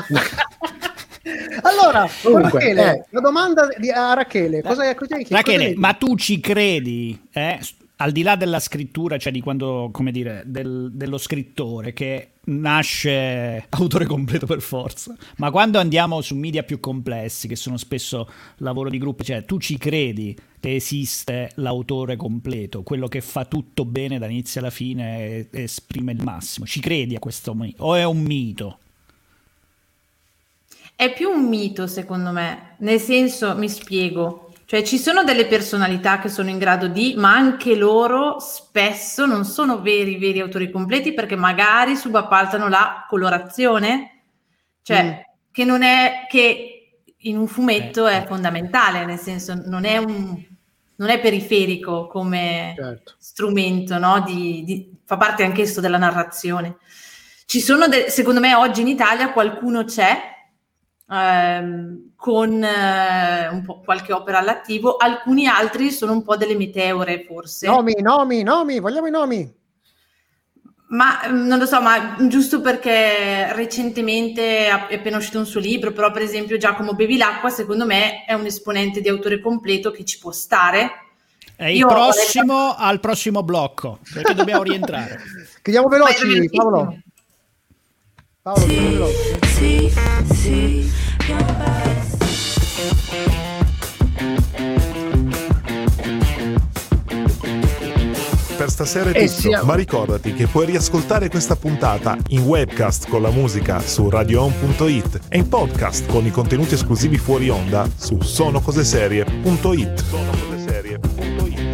Allora, Comunque, Rachele, eh. la domanda di, a Rachele, cosa, cosa, cosa Rachele, cosa ma tu ci credi, eh? Al di là della scrittura, cioè di quando, come dire, del- dello scrittore che nasce autore completo per forza, ma quando andiamo su media più complessi, che sono spesso lavoro di gruppo, cioè tu ci credi che esiste l'autore completo, quello che fa tutto bene dall'inizio alla fine e e esprime il massimo? Ci credi a questo mi- o è un mito? È più un mito, secondo me, nel senso, mi spiego, cioè ci sono delle personalità che sono in grado di, ma anche loro spesso non sono veri, veri autori completi perché magari subappaltano la colorazione, cioè Mm. che non è, che in un fumetto è fondamentale, nel senso non è un, non è periferico come Certo. strumento, no? Di, di- fa parte anch'esso della narrazione. Ci sono, de- secondo me oggi in Italia qualcuno c'è, ehm, con eh, un po' qualche opera all'attivo, alcuni altri sono un po' delle meteore forse, Nomi, nomi, nomi, vogliamo i nomi. ma mm, non lo so, ma giusto perché recentemente ha- è appena uscito un suo libro, però per esempio Giacomo Bevilacqua secondo me è un esponente di autore completo che ci può stare. È il Io ho prossimo al prossimo blocco, perché dobbiamo rientrare. Chiediamo Ma è veloci, velocissimo. Paolo. Paolo, chiediamo veloci. Sì, sì, your best. Per stasera è E tutto, siamo- ma ricordati che puoi riascoltare questa puntata in webcast con la musica su radio home punto it e in podcast con i contenuti esclusivi fuori onda su sono cose serie punto it. Sono cose serie punto it.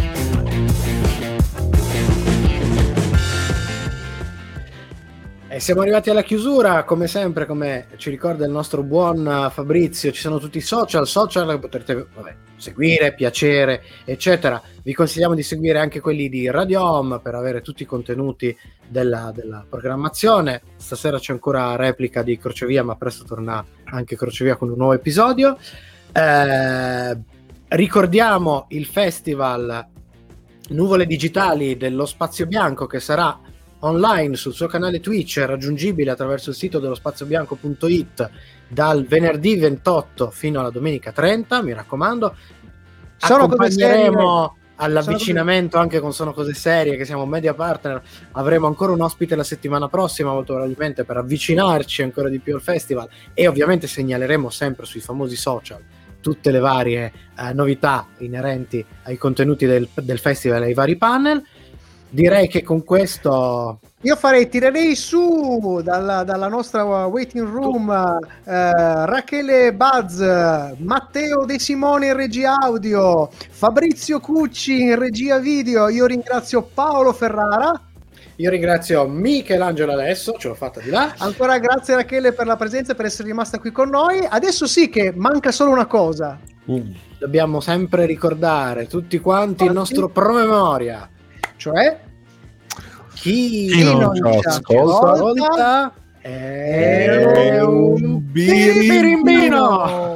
E siamo arrivati alla chiusura, come sempre, come ci ricorda il nostro buon Fabrizio, ci sono tutti i social, social che potrete vabbè, seguire, piacere, eccetera. Vi consigliamo di seguire anche quelli di Radio Home per avere tutti i contenuti della, della programmazione. Stasera c'è ancora replica di Crocevia, ma presto torna anche Crocevia con un nuovo episodio. Eh, ricordiamo il festival Nuvole Digitali dello Spazio Bianco che sarà online sul suo canale Twitch, raggiungibile attraverso il sito dello spazio bianco punto it dal venerdì ventotto fino alla domenica trenta, mi raccomando. Sono cose serie. Accompagneremo all'avvicinamento Sono anche con Sono Cose Serie, che siamo media partner. Avremo ancora un ospite la settimana prossima, molto probabilmente, per avvicinarci ancora di più al festival, e ovviamente segnaleremo sempre sui famosi social tutte le varie eh, novità inerenti ai contenuti del, del festival e ai vari panel. Direi che con questo Io farei, tirerei su dalla, dalla nostra waiting room eh, Rachele Buzz, Matteo De Simone in regia audio, Fabrizio Cucci in regia video. Io ringrazio Paolo Ferrara. Io ringrazio Michelangelo adesso, ce l'ho fatta di là. Ancora grazie Rachele per la presenza e per essere rimasta qui con noi. Adesso sì che manca solo una cosa. Uh. Dobbiamo sempre ricordare tutti quanti il nostro promemoria. Cioè? Chi, Chi non ci ascolta, ascolta è un birimbino. birimbino.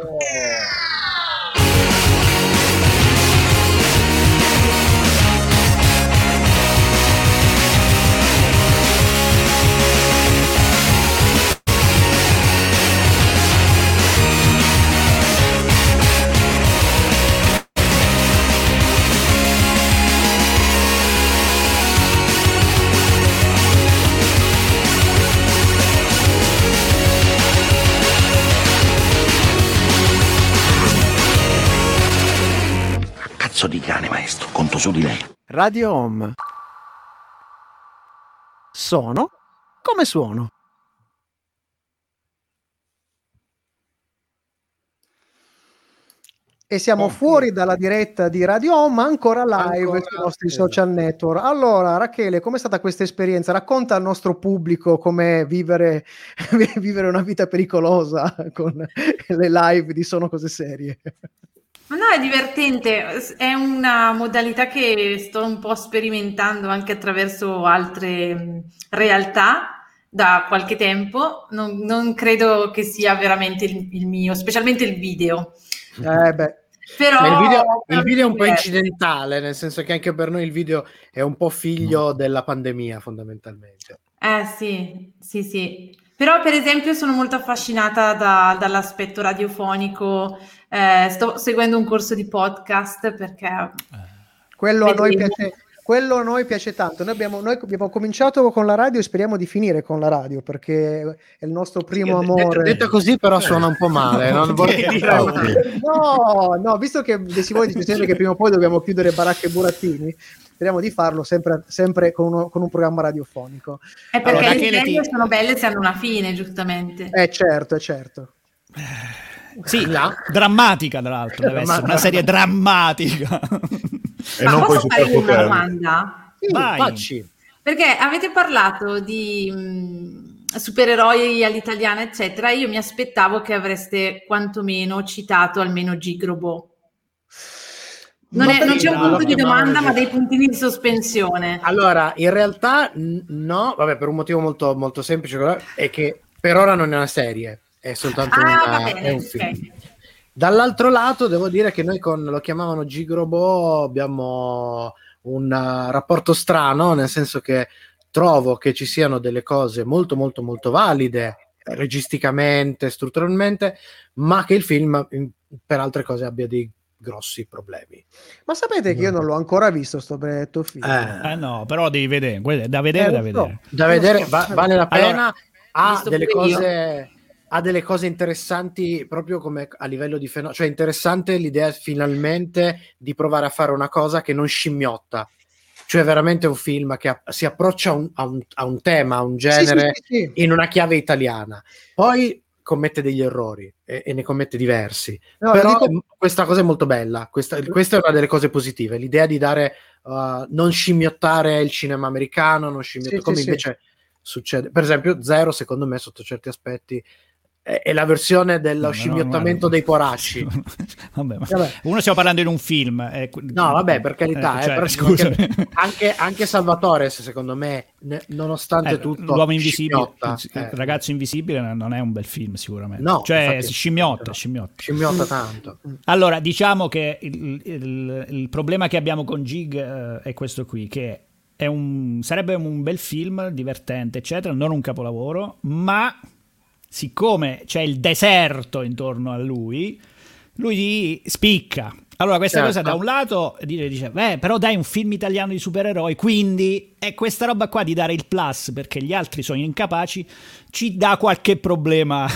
Cazzo di cane, maestro, conto su di lei. Radio Home. Sono come suono. E siamo fuori dalla diretta di Radio Home, ma ancora live Ancora, sui nostri esatto. social network. Allora, Rachele, com'è stata questa esperienza? Racconta al nostro pubblico com'è vivere, vivere una vita pericolosa con le live di Sono Cose Serie. Ma no, è divertente, è una modalità che sto un po' sperimentando anche attraverso altre mh, realtà, da qualche tempo, non, non credo che sia veramente il, il mio, specialmente il video. Eh beh. Però il video, il video è un po' incidentale, nel senso che anche per noi il video è un po' figlio della pandemia, fondamentalmente. Eh sì, sì, sì. Però per esempio sono molto affascinata da, dall'aspetto radiofonico, eh, sto seguendo un corso di podcast perché... Quello a noi piace... Quello a noi piace tanto. Noi abbiamo, noi abbiamo cominciato con la radio e speriamo di finire con la radio perché è il nostro primo sì, amore. Detto, detto così, però suona un po' male. Non vorrei dire. No, no, visto che si vuole dice sempre che prima o poi dobbiamo chiudere baracche e burattini, speriamo di farlo sempre, sempre con, uno, con un programma radiofonico. È perché allora, le serie ti... sono belle se hanno una fine, giustamente. Eh certo, è certo. Sì, là. Drammatica tra l'altro, deve essere una serie drammatica. E ma non posso puoi fare una domanda? Sì, vai. Facci. Perché avete parlato di mh, supereroi all'italiana, eccetera. Io mi aspettavo che avreste quantomeno citato almeno Gigrobo. Non, è, non c'è un punto di domanda, ma dei puntini di sospensione. Allora, in realtà n- no, vabbè, per un motivo molto, molto semplice, è che per ora non è una serie, è soltanto ah, una, va bene, è un okay. film. Dall'altro lato devo dire che noi con lo chiamavano Gigrobo abbiamo un uh, rapporto strano, nel senso che trovo che ci siano delle cose molto molto molto valide registicamente, strutturalmente, ma che il film in, per altre cose abbia dei grossi problemi. Ma sapete che io non l'ho ancora visto sto benedetto film? Eh, eh no, però devi vedere, da vedere, eh, da vedere. So. Da vedere, va, vale la pena, allora, ha delle cose... Io. Ha delle cose interessanti proprio come a livello di fenomeno, cioè interessante l'idea finalmente di provare a fare una cosa che non scimmiotta, cioè veramente un film che a, si approccia a un, a, un, a un tema, a un genere sì, sì, sì, sì. in una chiave italiana, poi commette degli errori e, e ne commette diversi, no, però dico... questa cosa è molto bella, questa, questa è una delle cose positive, l'idea di dare uh, non scimmiottare il cinema americano, non scimmiottare, sì, come sì, invece sì. succede, per esempio Zero secondo me sotto certi aspetti è la versione dello no, scimmiottamento no, no, dei poracci. Vabbè, ma vabbè. Uno stiamo parlando in un film. Eh, no, vabbè, per carità. Eh, eh, cioè, anche, anche, anche Salvatore, secondo me, ne, nonostante eh, tutto, l'uomo invisibile, il, eh. il ragazzo invisibile non è un bel film sicuramente. No, cioè si scimmiotta, scimmiotta. Scimmiotta tanto. Allora, diciamo che il, il, il problema che abbiamo con Gig eh, è questo qui, che è un, sarebbe un bel film, divertente, eccetera, non un capolavoro, ma... siccome c'è il deserto intorno a lui, lui spicca. Allora questa certo. cosa da un lato dice, beh, però dai, un film italiano di supereroi, quindi è questa roba qua di dare il plus perché gli altri sono incapaci, ci dà qualche problema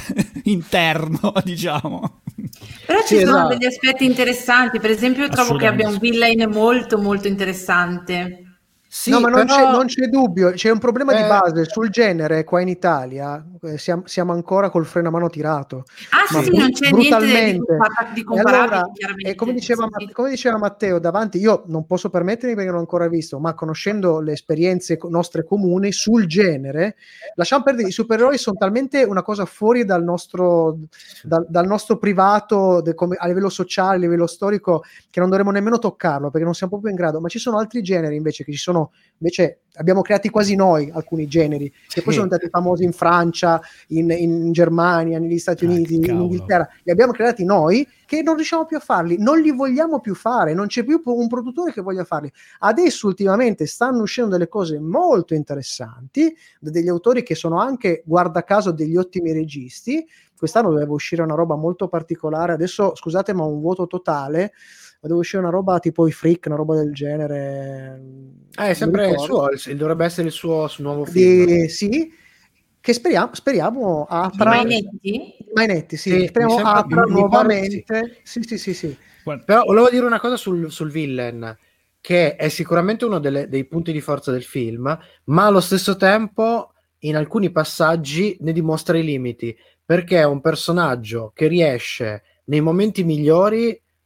interno, diciamo. Però ci sì, sono esatto. degli aspetti interessanti, per esempio trovo che abbia un villain molto molto interessante. Sì, no, ma non, però... c'è, non c'è dubbio, c'è un problema eh... di base sul genere qua in Italia, eh, siamo, siamo ancora col freno a mano tirato. Ah sì, br- non c'è brutalmente. niente di comparabile, allora, e come diceva, sì, sì. come diceva Matteo, davanti, io non posso permettermi perché non l'ho ancora visto, ma conoscendo le esperienze nostre comuni sul genere, lasciamo perdere, i supereroi sono talmente una cosa fuori dal nostro, dal, dal nostro privato, de, come, a livello sociale, a livello storico, che non dovremmo nemmeno toccarlo perché non siamo proprio in grado, ma ci sono altri generi invece che ci sono. Invece abbiamo creati quasi noi alcuni generi che poi sì. sono stati famosi in Francia, in, in Germania, negli Stati Uniti, ah, in Inghilterra, li abbiamo creati noi che non riusciamo più a farli, non li vogliamo più fare, non c'è più un produttore che voglia farli. Adesso ultimamente stanno uscendo delle cose molto interessanti da degli autori che sono anche, guarda caso, degli ottimi registi. Quest'anno doveva uscire una roba molto particolare, adesso scusate ma un vuoto totale, deve uscire una roba tipo i Freak, una roba del genere. Eh, è sempre il suo, il, dovrebbe essere il suo, suo nuovo film. Di, sì, che speriamo, speriamo apra... Mainetti? Mainetti, sì, sì speriamo sembra, apra mi, nuovamente. Sì, sì, sì, sì. Guarda, però volevo dire una cosa sul, sul villain, che è sicuramente uno delle, dei punti di forza del film, ma allo stesso tempo in alcuni passaggi ne dimostra i limiti, perché è un personaggio che riesce nei momenti migliori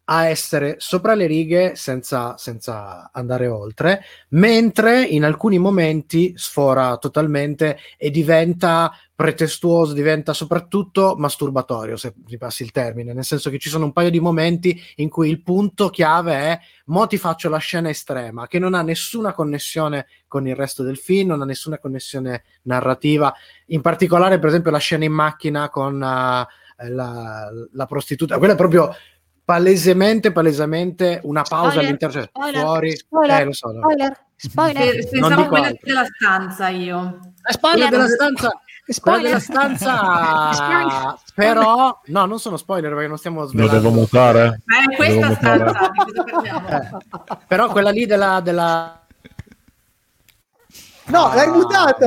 a essere sopra le righe senza, senza andare oltre, mentre in alcuni momenti sfora totalmente e diventa pretestuoso, diventa soprattutto masturbatorio, se mi passi il termine, nel senso che ci sono un paio di momenti in cui il punto chiave è: mo ti faccio la scena estrema, che non ha nessuna connessione con il resto del film, non ha nessuna connessione narrativa, in particolare per esempio la scena in macchina con uh, la, la prostituta, quella è proprio palesemente, palesemente una pausa Spoiler, all'interno, cioè, spoiler, fuori, spoiler, eh, lo so, no. spoiler, spoiler. Pensavo quella della stanza io. Quella della stanza, quella della stanza però, no, non sono spoiler perché non stiamo svelando. Lo devo mutare? Ma è questa Devo stanza, mutare. di cosa parliamo? Eh, però quella lì della... della... No, l'hai mutato!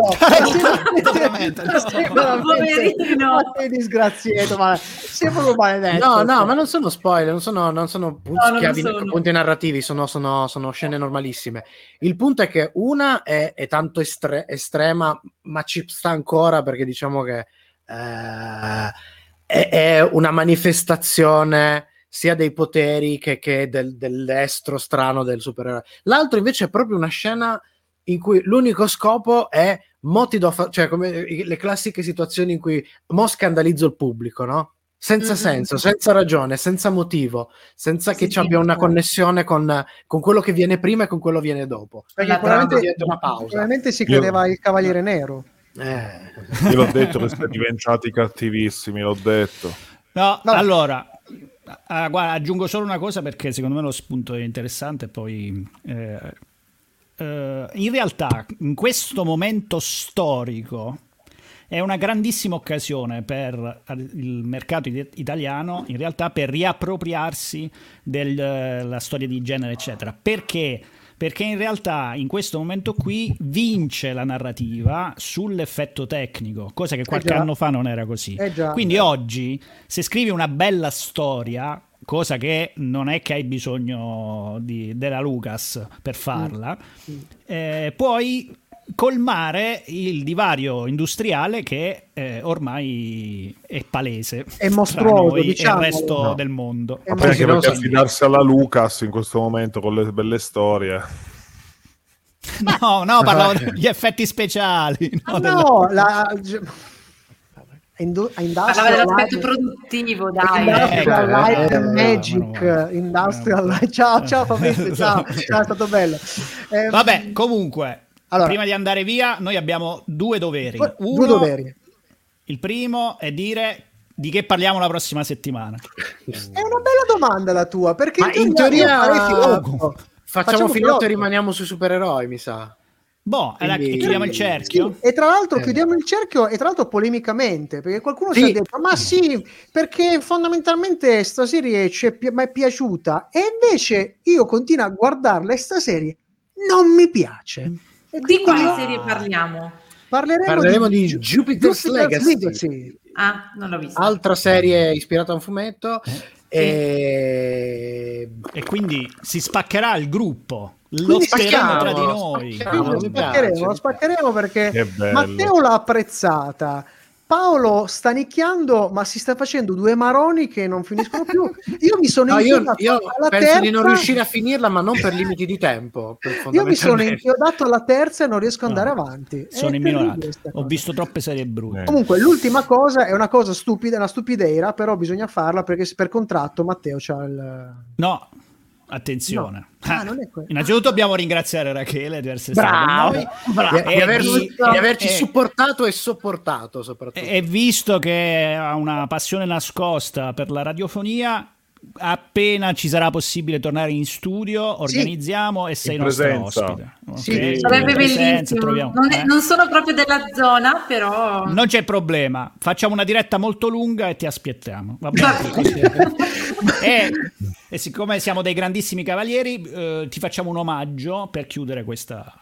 Poverino! Sei disgraziato, ma sei proprio maledetto. No, no, ma non sono spoiler, non sono, non sono punti, No, non chiavi, sono. punti narrativi, sono, sono, sono scene normalissime. Il punto è che una è, è tanto estre- estrema, ma ci sta ancora perché diciamo che eh, è, è una manifestazione sia dei poteri che, che del, dell'estro strano del supereroe. L'altro invece è proprio una scena in cui l'unico scopo è mo ti do fa- cioè come le classiche situazioni in cui mo scandalizzo il pubblico, no? Senza Mm-hmm. senso, senza ragione, senza motivo, senza Sì, che ci sì, abbia una sì. connessione con, con quello che viene prima e con quello che viene dopo. Perché La probabilmente, diventa una pausa. probabilmente si credeva il Cavaliere Nero. Eh. Io l'ho detto che siete diventati cattivissimi, l'ho detto. No, No. allora, ah, guarda, aggiungo solo una cosa perché secondo me lo spunto è interessante. Poi, eh, eh, in realtà, in questo momento storico, è una grandissima occasione per il mercato it- italiano, in realtà, per riappropriarsi della storia di genere, eccetera. Perché? Perché in realtà in questo momento qui vince la narrativa sull'effetto tecnico, cosa che qualche già. anno fa non era così. Eh già. Quindi oggi, se scrivi una bella storia, cosa che non è che hai bisogno di, della Lucas per farla, Mm. eh, puoi colmare il divario industriale che eh, ormai è palese È tra mostruoso, noi diciamolo. e il resto No. del mondo. È Ma poi anche mostruoso. perché affidarsi alla Lucas in questo momento con le belle storie. No, no, parlavo degli effetti speciali. No, Ah, della- no, la... Indu- Parlava dell'aspetto Industrial produttivo, dai. Industrial Eh, Light eh, and eh, Magic, eh, Industrial Light. Ciao, ciao Fabrizio, ciao, ciao, è stato bello. Eh, Vabbè, comunque, Allora. prima di andare via, noi abbiamo due doveri. due Uno, doveri. il primo è dire di che parliamo la prossima settimana. È una bella domanda la tua, perché Ma in teoria io farei filotto. facciamo filotto filotto. e rimaniamo sui supereroi, mi sa. Boh, allora, Quindi- chiudiamo il cerchio. Sì, e tra l'altro Eh. chiudiamo il cerchio e tra l'altro polemicamente, perché qualcuno Sì. ci ha detto ma sì, perché fondamentalmente sta serie ci è, pi- mi è piaciuta e invece io continuo a guardarla e sta serie non mi piace. E Di quindi quale io- serie parliamo? parleremo, Parleremo di Ju- Jupiter's Legacy. Ah, non l'ho vista. Altra serie ispirata a un fumetto. E... E quindi si spaccherà il gruppo. Quindi Lotteremo tra di spacchiamo, noi. spacchiamo. Quindi mi lo spaccheremo, piace. lo spaccheremo perché Che bello. Matteo l'ha apprezzata. Paolo sta nicchiando, ma si sta facendo due maroni che non finiscono più. Io mi sono No, io, inchiodato io alla penso terza. di non riuscire a finirla, ma non per limiti di tempo. per- Io mi sono fondamentalmente. inchiodato alla terza e non riesco ad No, andare avanti. È Sono in terribile minoranza. sta Ho cosa. visto troppe serie brutte. Eh. Comunque, l'ultima cosa è una cosa stupida, una stupideira, però bisogna farla perché per contratto Matteo c'ha il. No, attenzione. No. Ah, non è quello. Innanzitutto dobbiamo ringraziare Rachele di essere stata Bravo, con noi. bravo. Di, di E averci, vi- di averci e- supportato e sopportato soprattutto. E visto che ha una passione nascosta per la radiofonia, appena ci sarà possibile tornare in studio, organizziamo e sei In nostra presenza. ospite. Sì, Ok? Sarebbe In presenza, bellissimo. troviamo- Non, è- eh? non sono proprio della zona, però. Non c'è problema, facciamo una diretta molto lunga e ti aspettiamo. Va bene? e, e siccome siamo dei grandissimi cavalieri, eh, ti facciamo un omaggio per chiudere questa.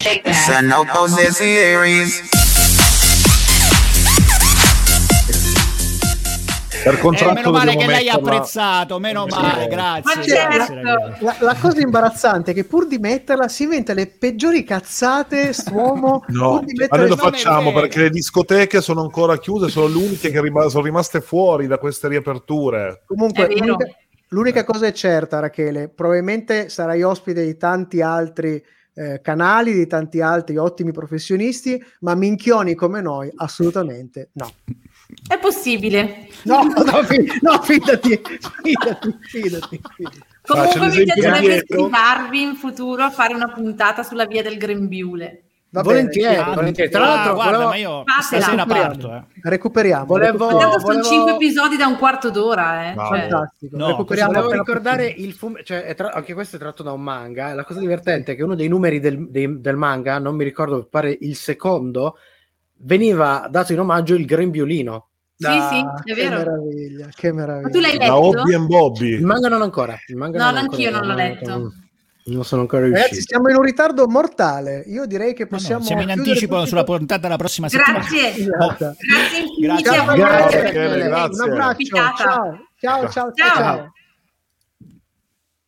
Per Eh, contratto meno male dobbiamo che lei ha metterla- apprezzato, meno male, grazie. Ma Cioè, grazie, certo. ragazzi. La, la cosa imbarazzante è che pur di metterla si inventa le peggiori cazzate st'uomo. No, pur di ma mettere noi lo non è facciamo vero. perché le discoteche sono ancora chiuse, sono le uniche che rima- sono rimaste fuori da queste riaperture. Comunque, È vero. l'unica, L'unica cosa è certa, Rachele, probabilmente sarai ospite di tanti altri eh, canali, di tanti altri ottimi professionisti, ma minchioni come noi assolutamente no. È possibile. No, no, fi- no fidati, fidati, fidati, fidati. Comunque mi piacerebbe sfidarvi in futuro a fare una puntata sulla via del grembiule. Va volentieri, bene, volentieri. Tra l'altro, ah, guarda, volevo... ma io stasera parto. Eh. Recuperiamo. Volevo, recuperiamo. volevo... Sono cinque episodi da un quarto d'ora. Eh. No, cioè, fantastico. No, recuperiamo. Volevo ricordare il fumetto, cioè, è tra... anche questo è tratto da un manga. La cosa divertente è che uno dei numeri del, dei, del manga, non mi ricordo, pare il secondo, veniva dato in omaggio il grembiolino. Sì, ah, sì, è vero. Che meraviglia, che meraviglia. Ma tu l'hai letto? Da Hobby and Bobby. Il manga non ancora. Il manga no, non anch'io ancora, non l'ho letto. Non sono ancora riuscito. Ragazzi, siamo in un ritardo mortale. Io direi che possiamo. No, no, siamo in anticipo sulla puntata della prossima settimana. Grazie. Oh. Grazie infinite. Grazie. Grazie. Grazie. Grazie. Un abbraccio. Ciao. Ciao, ciao, ciao. ciao. ciao.